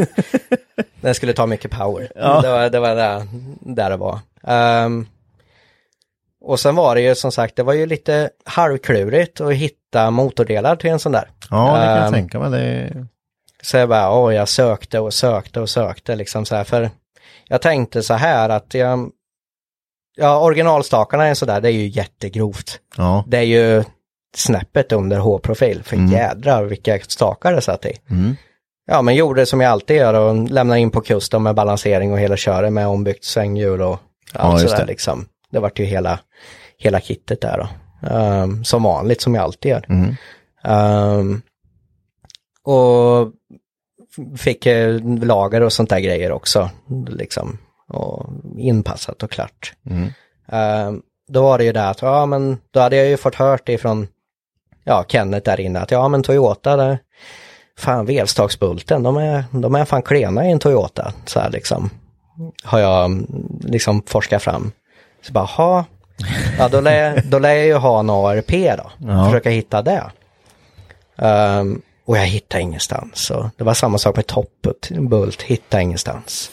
Den skulle ta mycket power. Ja. Det var, det var där, där det var. Um, och sen var det ju som sagt, det var ju lite halvklurigt att hitta motordelar till en sån där. Ja, det kan jag um, tänka mig. Det... Så jag bara, åh, jag sökte och sökte och sökte liksom så här. För jag tänkte så här att jag, ja, originalstakarna är så där, det är ju jättegrovt. Ja. Det är ju snäppet under H-profil. För mm. jädrar vilka stakar det satt i. Mm. Ja, men gjorde som jag alltid gör och lämnade in på custom med balansering och hela köret med ombyggt svänghjul och allt ja, sådär liksom. Det var ju hela, hela kittet där då. Um, som vanligt, som jag alltid gör. Mm. Um, och fick eh, lager och sånt där grejer också. Liksom. Och inpassat och klart. Mm. Um, då var det ju där att, ja men då hade jag ju fått hört ifrån ja, Kenneth där inne att ja men Toyota, där, fan vevstaksbulten, de är, de är fan klena i en Toyota. Så här liksom. Har jag liksom forskat fram. Så bara, ha. Ja, då lär, då lär jag ju ha en A R P då. Ja. Försöka hitta det. Um, och jag hittade ingenstans. Så det var samma sak med toppbult. Hittade ingenstans.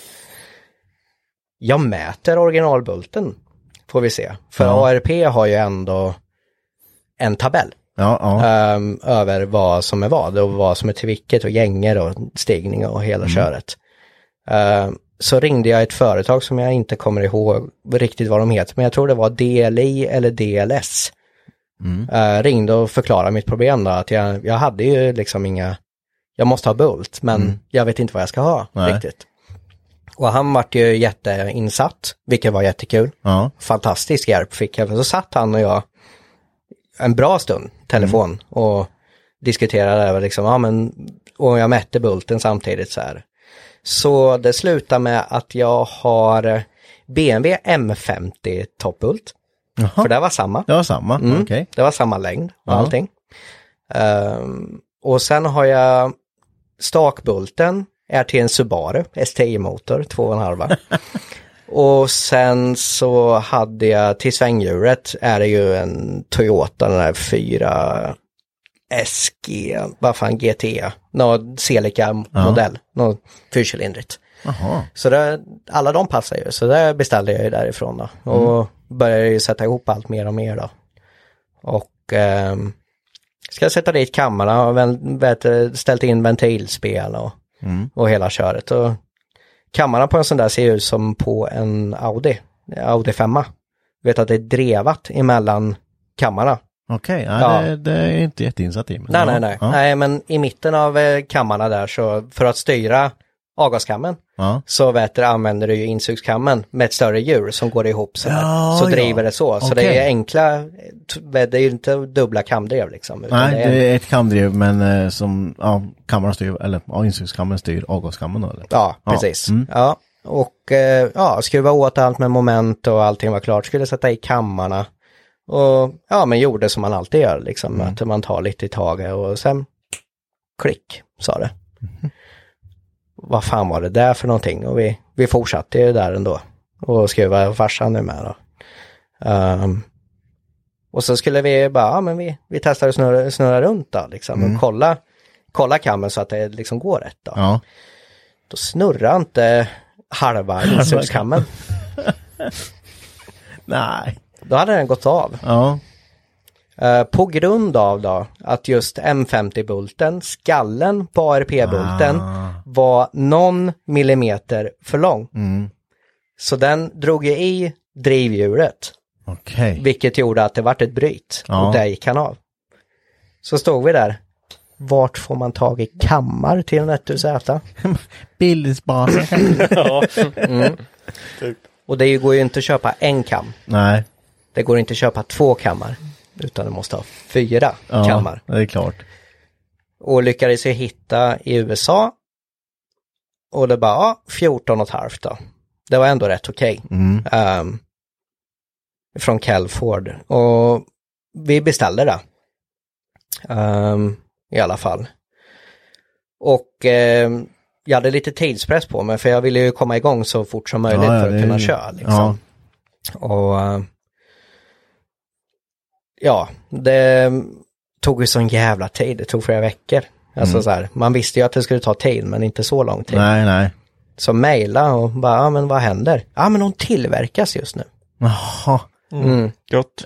Jag mäter originalbulten. Får vi se. För ja. A R P har ju ändå en tabell. Ja, ja. Um, över vad som är vad. Och vad som är till vilket. Och gänger och stigning och hela mm. köret. Um, så ringde jag ett företag som jag inte kommer ihåg riktigt vad de heter. Men jag tror det var D L I eller D L S. Mm. Uh, ringde och förklarade mitt problem då. Att jag, jag hade ju liksom inga... Jag måste ha bult. Men mm. jag vet inte vad jag ska ha Nej. riktigt. Och han var ju jätteinsatt. Vilket var jättekul. Ja. Fantastisk hjälp fick jag. Så satt han och jag en bra stund. Telefon. Mm. Och diskuterade liksom. Ja, men, och jag mätte bulten samtidigt så här. Så det slutar med att jag har B M W M femtio toppbult. Jaha. För det var samma. Det var samma, mm, okej. Okay. Det var samma längd och Jaha. allting. Um, och sen har jag stakbulten är till en Subaru S T I-motor, två och en halva. Och sen så hade jag till svänghjulet är det ju en Toyota, den här fyra S G, vad fan G T, någon Celica-modell, ja. Någon fyrcylindrigt. Jaha. Så det, alla de passar ju, så det beställde jag ju därifrån då. Och mm. började ju sätta ihop allt mer och mer då. Och eh, ska jag sätta dit kammarna och vet, ställt in ventilspel och, mm. och hela köret. Och kammarna på en sån där ser ut som på en Audi, Audi fem. Vet att det är drevat emellan kammarna. Okej, okay, ja, ja. Det, det är inte jätteinsatt i. Men nej, nej, nej. Ja. Nej, men i mitten av eh, kammarna där så för att styra avgaskammen ja. Så vet du, använder du ju insugskammen med ett större djur som går ihop så, ja, så driver ja. Det så. Så okay. Det är enkla, det är ju inte dubbla kamdrev liksom. Nej, det är, det är ett kamdrev men eh, som, ja, kammaren styr, eller ja, insugskammen styr avgaskammen eller? Ja, precis. Ja. Mm. Ja. Och eh, ja, skruva åt allt med moment och allting var klart. Skulle sätta i kammarna. Och ja, men gjorde som man alltid gör liksom. Mm. Att man tar lite i taget och sen klick, sa det. Mm. Vad fan var det där för någonting? Och vi, vi fortsatte ju där ändå. Och skruva farsan nu med då. Um, och så skulle vi bara, ja men vi, vi testar att snurra, snurra runt då liksom. Mm. Och kolla, kolla kammen så att det liksom går rätt då. Ja. Då snurrar inte halva insugskammen. Nej. Då hade den gått av. Ja. Uh, på grund av då att just M femtio-bulten, skallen på A R P-bulten ah. var någon millimeter för lång. Mm. Så den drog ju i drivhjulet. Okay. Vilket gjorde att det vart ett bryt. Ja. Och där gick han av. Så stod vi där. Vart får man tag i kammar till en ett U Z? Bildsparen. Ja. Mm. Och det går ju inte att köpa en kam. Nej. Det går inte att köpa två kammar. Utan du måste ha fyra ja, kammar. Det är klart. Och lyckades jag hitta i U S A. Och det bara, ja, fjorton och ett halvt då. Det var ändå rätt okej. Okay. Mm. Um, från Calford. Och vi beställde det. Um, I alla fall. Och um, jag hade lite tidspress på mig. För jag ville ju komma igång så fort som möjligt ja, för att kunna ju... köra. Liksom. Ja. Och... Uh, Ja, det tog ju sån jävla tid. Det tog flera veckor. Alltså mm. så här, man visste ju att det skulle ta tid, men inte så lång tid. Nej, nej. Så mejla och bara, ja men vad händer? Ja men hon tillverkas just nu. Jaha. Mm. Mm. Gott.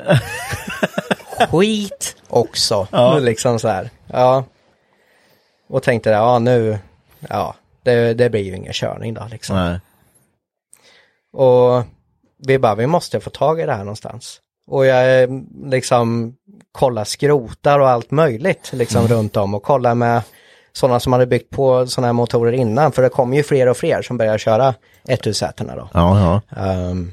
Skit också. Ja. Liksom så här. Ja. Och tänkte, ja nu, ja, det, det blir ju ingen körning då liksom. Nej. Och vi bara, vi måste få tag i det här någonstans. Och jag liksom kollar skrotar och allt möjligt liksom mm. runt om och kollar med sådana som hade byggt på sådana här motorer innan. För det kommer ju fler och fler som börjar köra ett U Z-erna då. Ja, ja. Um,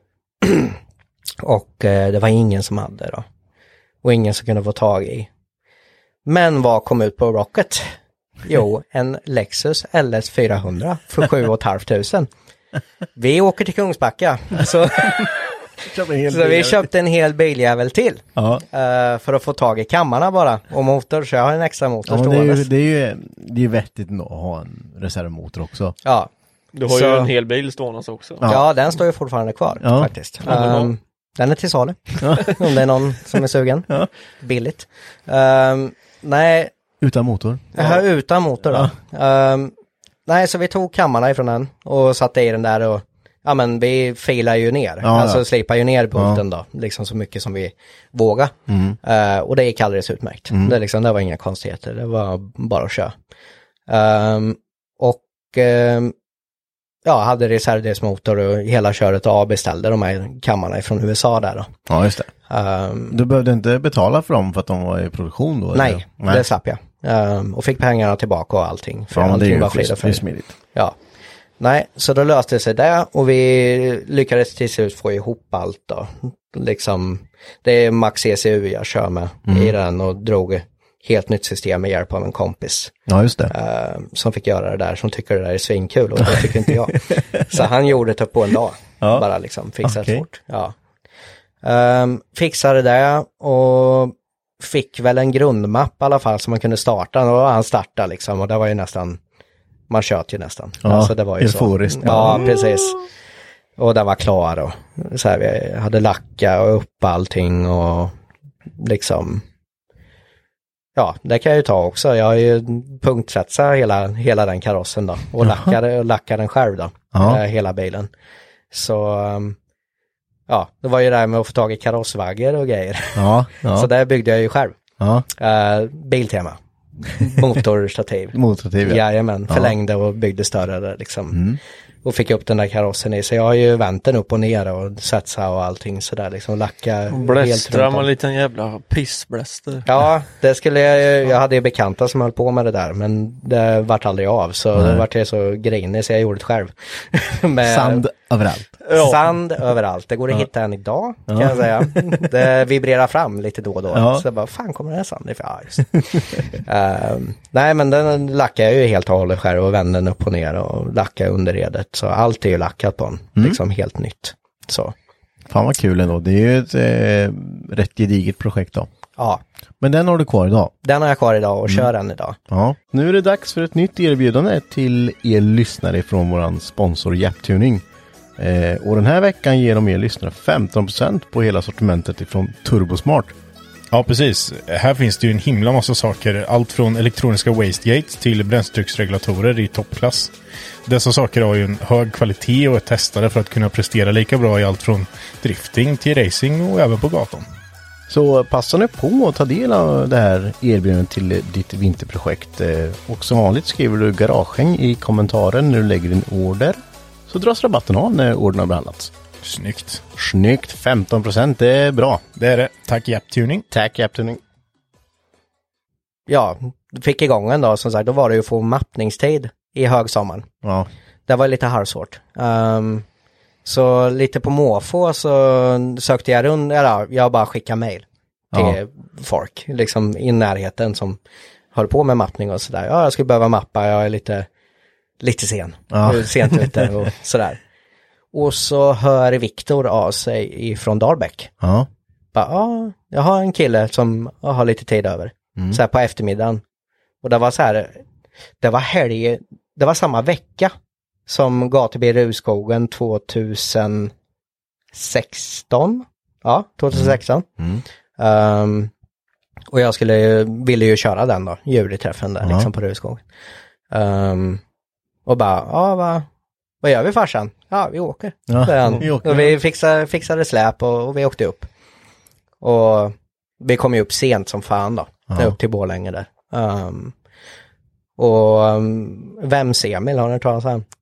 och uh, det var ingen som hade då. Och ingen som kunde få tag i. Men vad kom ut på Rocket? Jo, en Lexus L S fyrahundra för sju och ett halvt tusen. Vi åker till Kungsbacka. Så... Så vi köpte en hel biljävel till ja. uh, för att få tag i kammarna bara och motor, så jag har en extra motor ja, stående. Det är ju, det är ju det är ju vettigt att ha en reservmotor också. Ja. Du har så, ju en hel bil stående också. Ja, ja den står ju fortfarande kvar ja. faktiskt. Um, den är till salu. Ja. Om det är någon som är sugen. Ja. Billigt. Um, nej. Utan motor? Ja, utan motor då. Ja. Um, nej, så vi tog kammarna ifrån den och satte i den där och ja men vi filar ju ner, ja, alltså ja. slipar ju ner bulten ja. då, liksom så mycket som vi vågar. Mm. Uh, och det gick alldeles utmärkt. Mm. Det, liksom, det var inga konstigheter, det var bara att köra. Um, och um, ja, hade reservdelsmotor och hela köret och avbeställde de här kammarna från U S A där då. Ja, just det. Um, du behövde inte betala för dem för att de var i produktion då? Nej, nej. Det slapp jag. Um, och fick pengarna tillbaka och allting. För ja, allting det är ju var frid och fröjd. smidigt. Ja. Nej, så då löste det sig det och vi lyckades till slut få ihop allt då. Liksom, det är Max E C U jag kör med mm. i den och drog helt nytt system med hjälp av en kompis. Ja, just det. Uh, som fick göra det där, som tycker det där är svinkul och det tycker inte jag. Så han gjorde det på en dag. Ja. Bara liksom, fixade okay. det fort. Ja. Um, fixade det och fick väl en grundmapp i alla fall som man kunde starta. Och han startade liksom och det var ju nästan... Man kört ju nästan. Ja, alltså det var ju euforiskt. Så. Ja, precis. Och den var klar och så här, vi hade lacka och upp allting och liksom Ja, det kan jag ju ta också. Jag har ju punktsvetsat hela, hela den karossen då. Och lackar, lackar den själv då. Ja. Äh, hela bilen. Så um, ja, det var ju det här med att få tag i karossvaggar och grejer. Ja, ja. Så där byggde jag ju själv. Ja. Uh, Biltema. Motorstativ. Motorstativ, ja. Jajamän, Ja. förlängde och byggde större liksom. Mm. Och fick upp den där karossen i. Så jag har ju vänt den upp och ner och svetsat och allting sådär liksom. Lacka Blästra runt med om. en liten jävla pissbläster. Ja, det skulle jag ju- jag hade ju bekanta som höll på med det där. Men det vart aldrig av. Så Nej. det vart jag så grinig så jag gjorde det själv. Med Sand överallt. sand överallt. Det går att Ja. hitta än idag kan Ja. jag säga. Det vibrerar fram lite då och då. Ja. Så jag bara, fan kommer det här sand ifrån? Ja, just. uh, nej men den lackar jag ju helt och hållet själv och vänder den upp och ner och lackar underredet. Så allt är ju lackat på den. Mm. Liksom helt nytt. Så. Fan vad kul ändå. Det är ju ett eh, rätt gediget projekt då. Ja, Men den har du kvar idag. den har jag kvar idag och kör den idag. Ja. Nu är det dags för ett nytt erbjudande till er lyssnare från våran sponsor Japtuning. Eh, och den här veckan ger de er lyssnare femton procent på hela sortimentet ifrån Turbosmart. Ja, precis. Här finns det ju en himla massa saker. Allt från elektroniska wastegates till bränsletrycksregulatorer i toppklass. Dessa saker har ju en hög kvalitet och är testade för att kunna prestera lika bra i allt från drifting till racing och även på gatan. Så passa nu på att ta del av det här erbjudandet till ditt vinterprojekt. Eh, och som vanligt skriver du garagehäng i kommentaren när du lägger din order. Så dras rabatten av när ordern har behandlats. Snyggt. Snyggt, femton procent, det är bra. Det är det. Tack Japtuning. Tack Japtuning. Ja, fick igång den då som sagt. Då var det ju att få mappningstid i högsommaren. Ja. Det var lite halvsvårt. Um, så lite på måfå så sökte jag runt, eller jag bara skickade mejl till Ja. folk liksom i närheten som höll på med mappning och sådär. Ja, jag skulle behöva mappa, jag är lite, lite sen. Ja. Sent ute och sådär. Och så hör Viktor av sig ifrån Dalbäck. Ja. Bara, ja, jag har en kille som har lite tid över. Mm. Så här på eftermiddagen. Och det var så här, det var helg, det var samma vecka som Gatubil Rudskogen tjugohundrasexton. Ja, tjugohundrasexton. Mm. Um, och jag skulle ju, ville ju köra den då, juleträffen där Ja. liksom på Rudskogen. Um, och bara, ja vad, vad gör vi farsan? Ja, vi åker. Ja, säger han. vi åker. Och vi fixade, fixade släp och, och vi åkte upp. Och vi kom ju upp sent som fan då. Ja. Upp till Borlänge där. Um, och um, Vems Emil har ni hört talas om?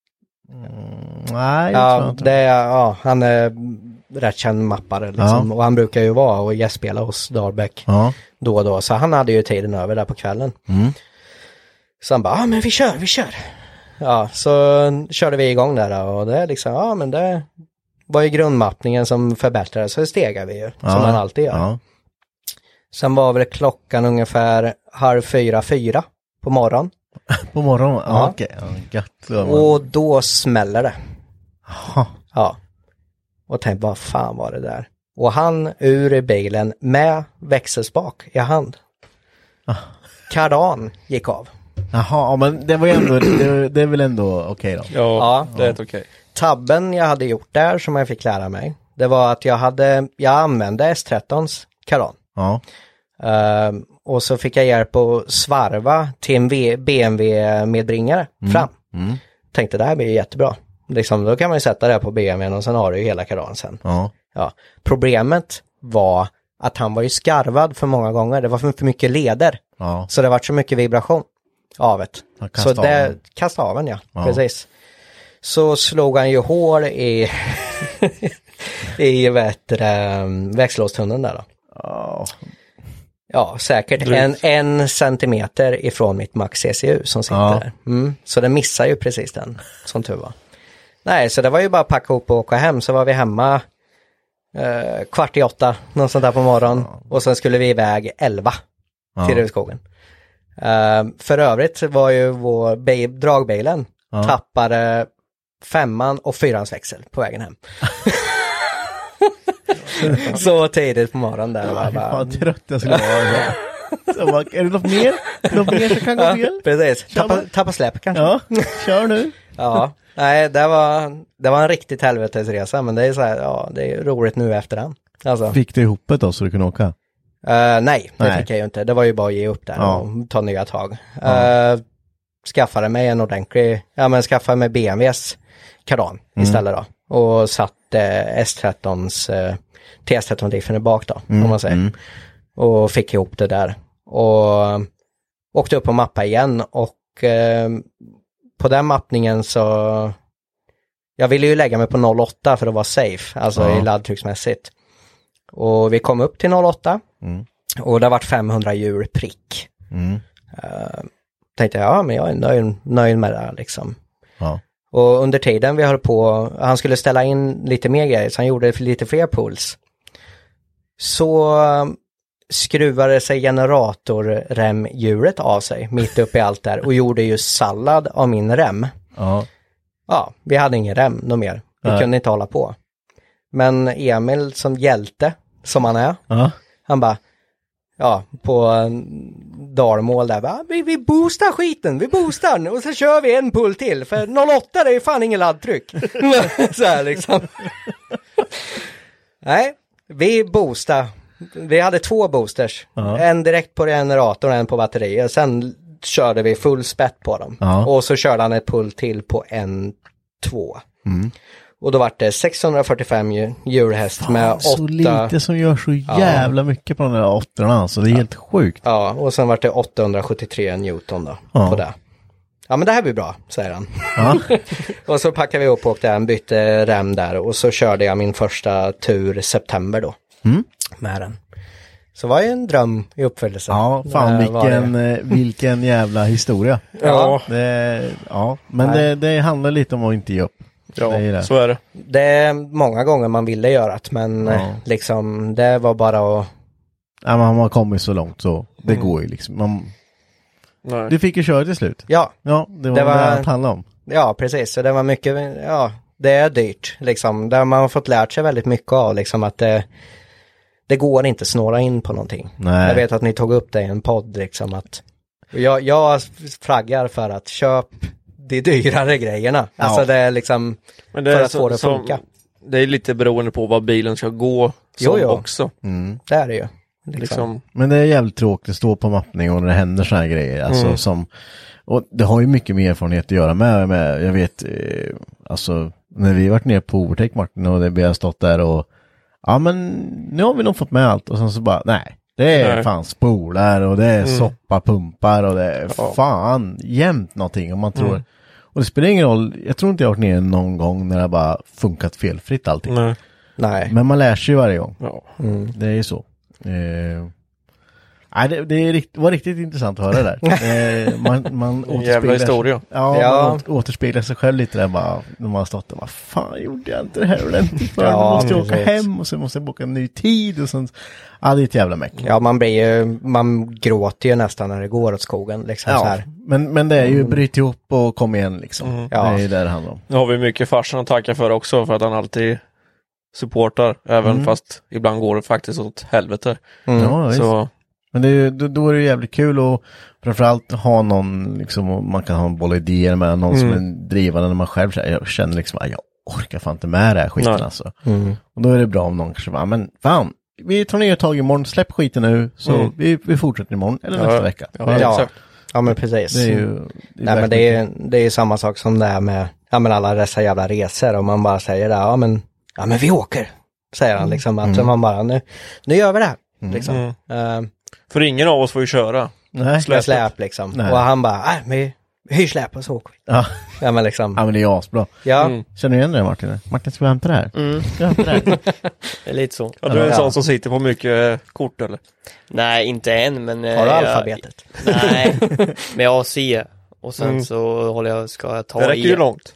Nej, jag tror Ja, inte. det är, ja, han är rätt känd mappare liksom. Ja. Och han brukar ju vara och gästspela hos Dalbäck Ja. då och då. Så han hade ju tiden över där på kvällen. Mm. Så han bara, ja men vi kör, vi kör. Ja, så körde vi igång där då, och det är liksom, ja men det var ju grundmappningen som förbättrades, så stegar vi ju, Ja. som man alltid gör. Ja. Sen var väl klockan ungefär halv fyra, fyra på morgonen. På morgonen? Ja, Ja. okej. Ja, gött. Då är man- Och då smäller det. Ja. Ja. Och tänkte, vad fan var det där? Och han ur bilen med växelspak i hand. Ah. Kardan gick av. Jaha, ja, men det var ju ändå, det, det är väl ändå okej då. Ja, Ja. det är ett okej. Tabben jag hade gjort där som jag fick lära mig, det var att jag hade, jag använde S tretton:s kardan. Ja. Ehm, och så fick jag hjälp att svarva till en V- B M W-medbringare fram. Mm. Tänkte det här blir jättebra. Liksom, då kan man ju sätta det på B M W:n och sen har du ju hela kardan sen. Ja. Ja. Problemet var att han var ju skarvad för många gånger. Det var för mycket leder. Ja. Så det var så mycket vibration av det. Ja, Så kasta det, av den. kasta av den, ja. Ja. Precis. Så slog han ju hål i i vet, du, växellåstunneln där då. Ja. Ja, säkert en, en centimeter ifrån mitt Max C C U som sitter Ja. där. Mm. Så den missar ju precis den, som tur var. Nej, så det var ju bara att packa ihop och åka hem. Så var vi hemma eh, kvart i åtta, något sånt där på morgonen. Och sen skulle vi iväg elva till Ja. Rudskogen. Eh, för övrigt var ju vår bil, dragbilen Ja. tappade femman och fyrans växel på vägen hem. Så tidigt på morgonen där. Var Fy bara, fan trött jag skulle vara. Så bara, är det något mer? Något mer som kan gå ja, fel? precis. Kör Tappa, bara. tappa släp kanske. Ja, kör nu. Ja, nej, det var, det var en riktigt helvetesresa, men det är så här, ja, det är roligt nu efter den. Alltså, Fick du ihop det då så du kunde åka? Uh, nej, det nej. fick jag ju inte. Det var ju bara att ge upp där ja. och ta nya tag. Ja. Uh, skaffade mig en ordentlig, ja men skaffade mig B M W:s kardan mm. istället då. Och satt uh, S tretton:s uh, T S tretton-diffen i bak då, mm. om man säger. Mm. Och fick ihop det där. Och uh, åkte upp och mappa igen och uh, på den mappningen så jag ville ju lägga mig på noll åtta för att vara safe, alltså ja. i laddtrycksmässigt. Och vi kom upp till noll åtta mm. och det har varit femhundra djur prick. Mm. Uh, tänkte jag, ja men jag är nöjd, nöjd med det här liksom. Ja. Och under tiden vi höll på, han skulle ställa in lite mer grejer så han gjorde lite fler puls. Så uh, skruvade sig generatorremhjulet av sig mitt uppe i allt där och gjorde ju sallad av min rem. Ja. Ja, vi hade ingen rem något mer. Vi Nej. kunde inte hålla på. Men Emil som hjälte, som han är, uh-huh. han bara, ja, på dalmål där, bara, vi, vi boostar skiten, vi boostar och så kör vi en pull till, för noll åtta det är fan ingen laddtryck. Så här liksom. Nej, vi boostar. Vi hade två boosters. Uh-huh. En direkt på generatorn och en på batterier. Sen körde vi full spett på dem. Uh-huh. Och så körde han ett pull till på en två. Mm. Och då var det sexhundrafyrtiofem djurhäst fan, med åtta... så lite som gör så jävla ja. mycket på de där åttorna, så det är ja. helt sjukt. Ja, och sen var det åttahundrasjuttiotre Newton då, ja. på det. Ja, men det här blir bra, säger han. Ja. Och så packade vi upp och åkte en, bytte rem där och så körde jag min första tur september då. Mm. Med den. Så var ju en dröm i uppfyllelse. Ja, fan vilken, vilken jävla historia. Ja. Det, ja, men det, det handlar lite om att inte ge upp. Ja, det är det. Så är det. Det är många gånger man ville göra det, men ja. liksom det var bara att... Ja, man har kommit så långt så det mm. går ju liksom. Man... Nej. Du fick ju köra till slut. Ja. Ja, det var det, var... det att handla om. Ja, precis. Så det var mycket, ja, det är dyrt liksom. Där man har fått lärt sig väldigt mycket av liksom att det, det går inte snåra in på någonting. Nej. Jag vet att ni tog upp det i en podd liksom att jag, jag flaggar för att köp de dyrare grejerna. Ja. Alltså det är liksom men det för är att så, få det att som, funka. Det är lite beroende på vad bilen ska gå som jo, jo. också. Mm. Det är det ju. Liksom. Liksom. Men det är jävligt tråkigt att stå på mappning och när det händer såna här grejer. Alltså, mm. som, och det har ju mycket mer erfarenhet att göra med. med jag vet, eh, alltså när vi varit nere på Overtake Martin och det vi har stått där och ja men nu har vi nog fått med allt och sen så bara nej. Det är Nej. fan spolar och det är mm. soppapumpar och det är ja. fan jämt någonting om man tror. Mm. Och det spelar ingen roll, jag tror inte jag har varit nere någon gång när det bara funkat felfritt allting. Nej. Nej. Men man lär sig varje gång. Ja. Mm. Det är ju så. Eh, nej, det, det är rikt, var riktigt intressant att höra det där. eh, man, man jävla historia. Ja, ja. Man återspeglar sig själv lite där bara, när man har stått där. Vad fan gjorde jag inte det här ordentligt för? Ja, nu måste jag åka vet. hem och så måste jag boka en ny tid och sen, ja det är ett jävla meck. Ja, man blir ju, man gråter ju nästan när det går åt skogen liksom ja, så här. Men, men det är ju mm. bryt ihop och kom igen liksom. Mm. Ja. Det är ju det det handlar om. Nu har vi mycket farsan att tacka för också för att han alltid supportar, även mm. fast ibland går det faktiskt åt helvete. Mm. Ja, så men det är, då, då är det jävligt kul och framförallt ha någon liksom, man kan ha en boll idéer med någon mm. som är drivande när man själv jag känner liksom att jag orkar fan inte med det här skiten Nej. alltså. Mm. Och då är det bra om någon kanske bara, men fan, vi tar ner ett tag imorgon, släpp skiten nu så mm. vi, vi fortsätter imorgon eller ja. nästa vecka. Ja, ja. ja men precis. Det är ju det är Nej, men det är, det är samma sak som det här med ja, men alla dessa jävla resor och man bara säger det, ja men, ja, men vi åker, säger han liksom. Att mm. man bara, nu, nu gör vi det här. Mm. Liksom. Mm. Uh, För ingen av oss får ju köra. Nej. Släp, släp liksom. Nej. Och han bara, nej men vi hyr släp och så åker vi. Ja. Ja men liksom. Ja men det är asbra. Ja. Mm. Känner du igen det Martin? Martin, ska vi hämta det här? Mm. Ska vi hämta det här? Det är lite så. Ja, du är en ja. sån som sitter på mycket kort eller? Nej, inte än men... Har du jag, alfabetet? Nej, men jag har C. Och sen mm. så håller jag, ska jag ta i. Det räcker i. ju långt.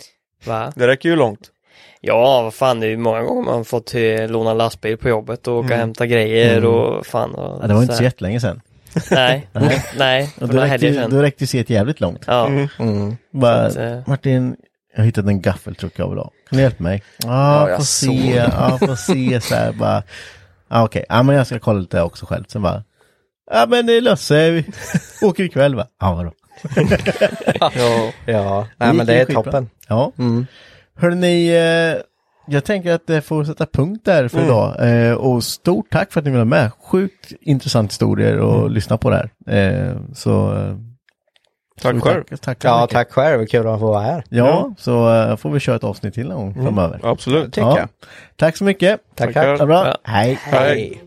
Va? Det räcker ju långt. Ja, vad fan, det är ju många gånger man fått eh, låna lastbil på jobbet och åka mm. hämta grejer mm. och fan. Och ja, det var inte så jättelänge sedan. Nej, nej. Och då räckte, då räckte se ett jävligt långt. Ja. Mm. Mm. Bara, att, uh... Martin, jag har hittat en gaffeltruck jag vill ha. Kan du hjälpa mig? Ah, ja, jag får se. Ja, får se så här bara. Ah, okej, okay. ah, men jag ska kolla lite också själv. Sen bara, ja ah, men det är löser vi. Åker ikväll va? Ja, ah, vadå? ja, ja. Nej, men det är toppen. Ja. Mm. Hörrni, eh, jag tänker att det får sätta punkt där för mm. idag. Eh, och stort tack för att ni var med. Sjukt intressant historier och mm. lyssna på det här. Eh, så... Tack själv. Tack, tack, ja, mycket. Tack själv. Kul att få vara här. Ja, ja. så uh, får vi köra ett avsnitt till någon gång mm. framöver. Absolut. Tycker ja. jag. Tack så mycket. Tackar. Tack. Bra. Ja. Hej. Hej.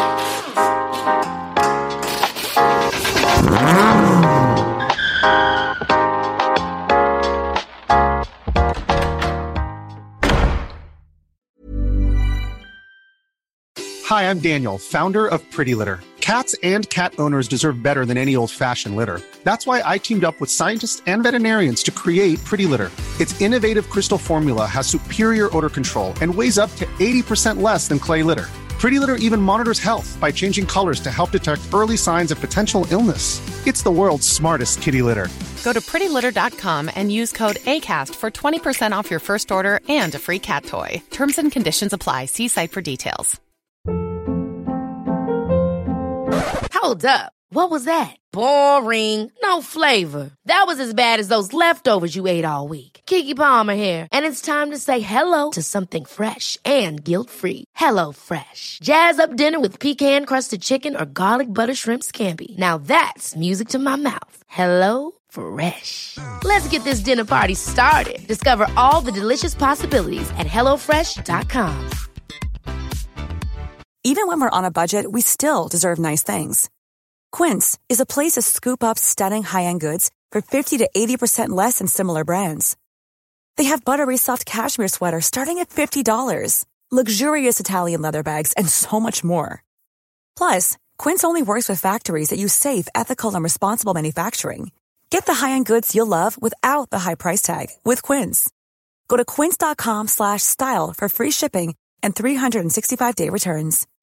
Hi, I'm Daniel, founder of Pretty Litter. Cats and cat owners deserve better than any old-fashioned litter. That's why I teamed up with scientists and veterinarians to create Pretty Litter. Its innovative crystal formula has superior odor control and weighs up to eighty percent less than clay litter. Pretty Litter even monitors health by changing colors to help detect early signs of potential illness. It's the world's smartest kitty litter. Go to pretty litter dot com and use code ACAST for twenty percent off your first order and a free cat toy. Terms and conditions apply. See site for details. Hold up. What was that? Boring. No flavor. That was as bad as those leftovers you ate all week. Keke Palmer here, and it's time to say hello to something fresh and guilt-free. Hello Fresh. Jazz up dinner with pecan-crusted chicken or garlic butter shrimp scampi. Now that's music to my mouth. Hello Fresh. Let's get this dinner party started. Discover all the delicious possibilities at hello fresh dot com. Even when we're on a budget, we still deserve nice things. Quince is a place to scoop up stunning high-end goods for fifty to eighty percent less than similar brands. They have buttery soft cashmere sweaters starting at fifty dollars, luxurious Italian leather bags, and so much more. Plus, Quince only works with factories that use safe, ethical, and responsible manufacturing. Get the high-end goods you'll love without the high price tag with Quince. Go to quince dot com slash style for free shipping and three sixty-five day returns.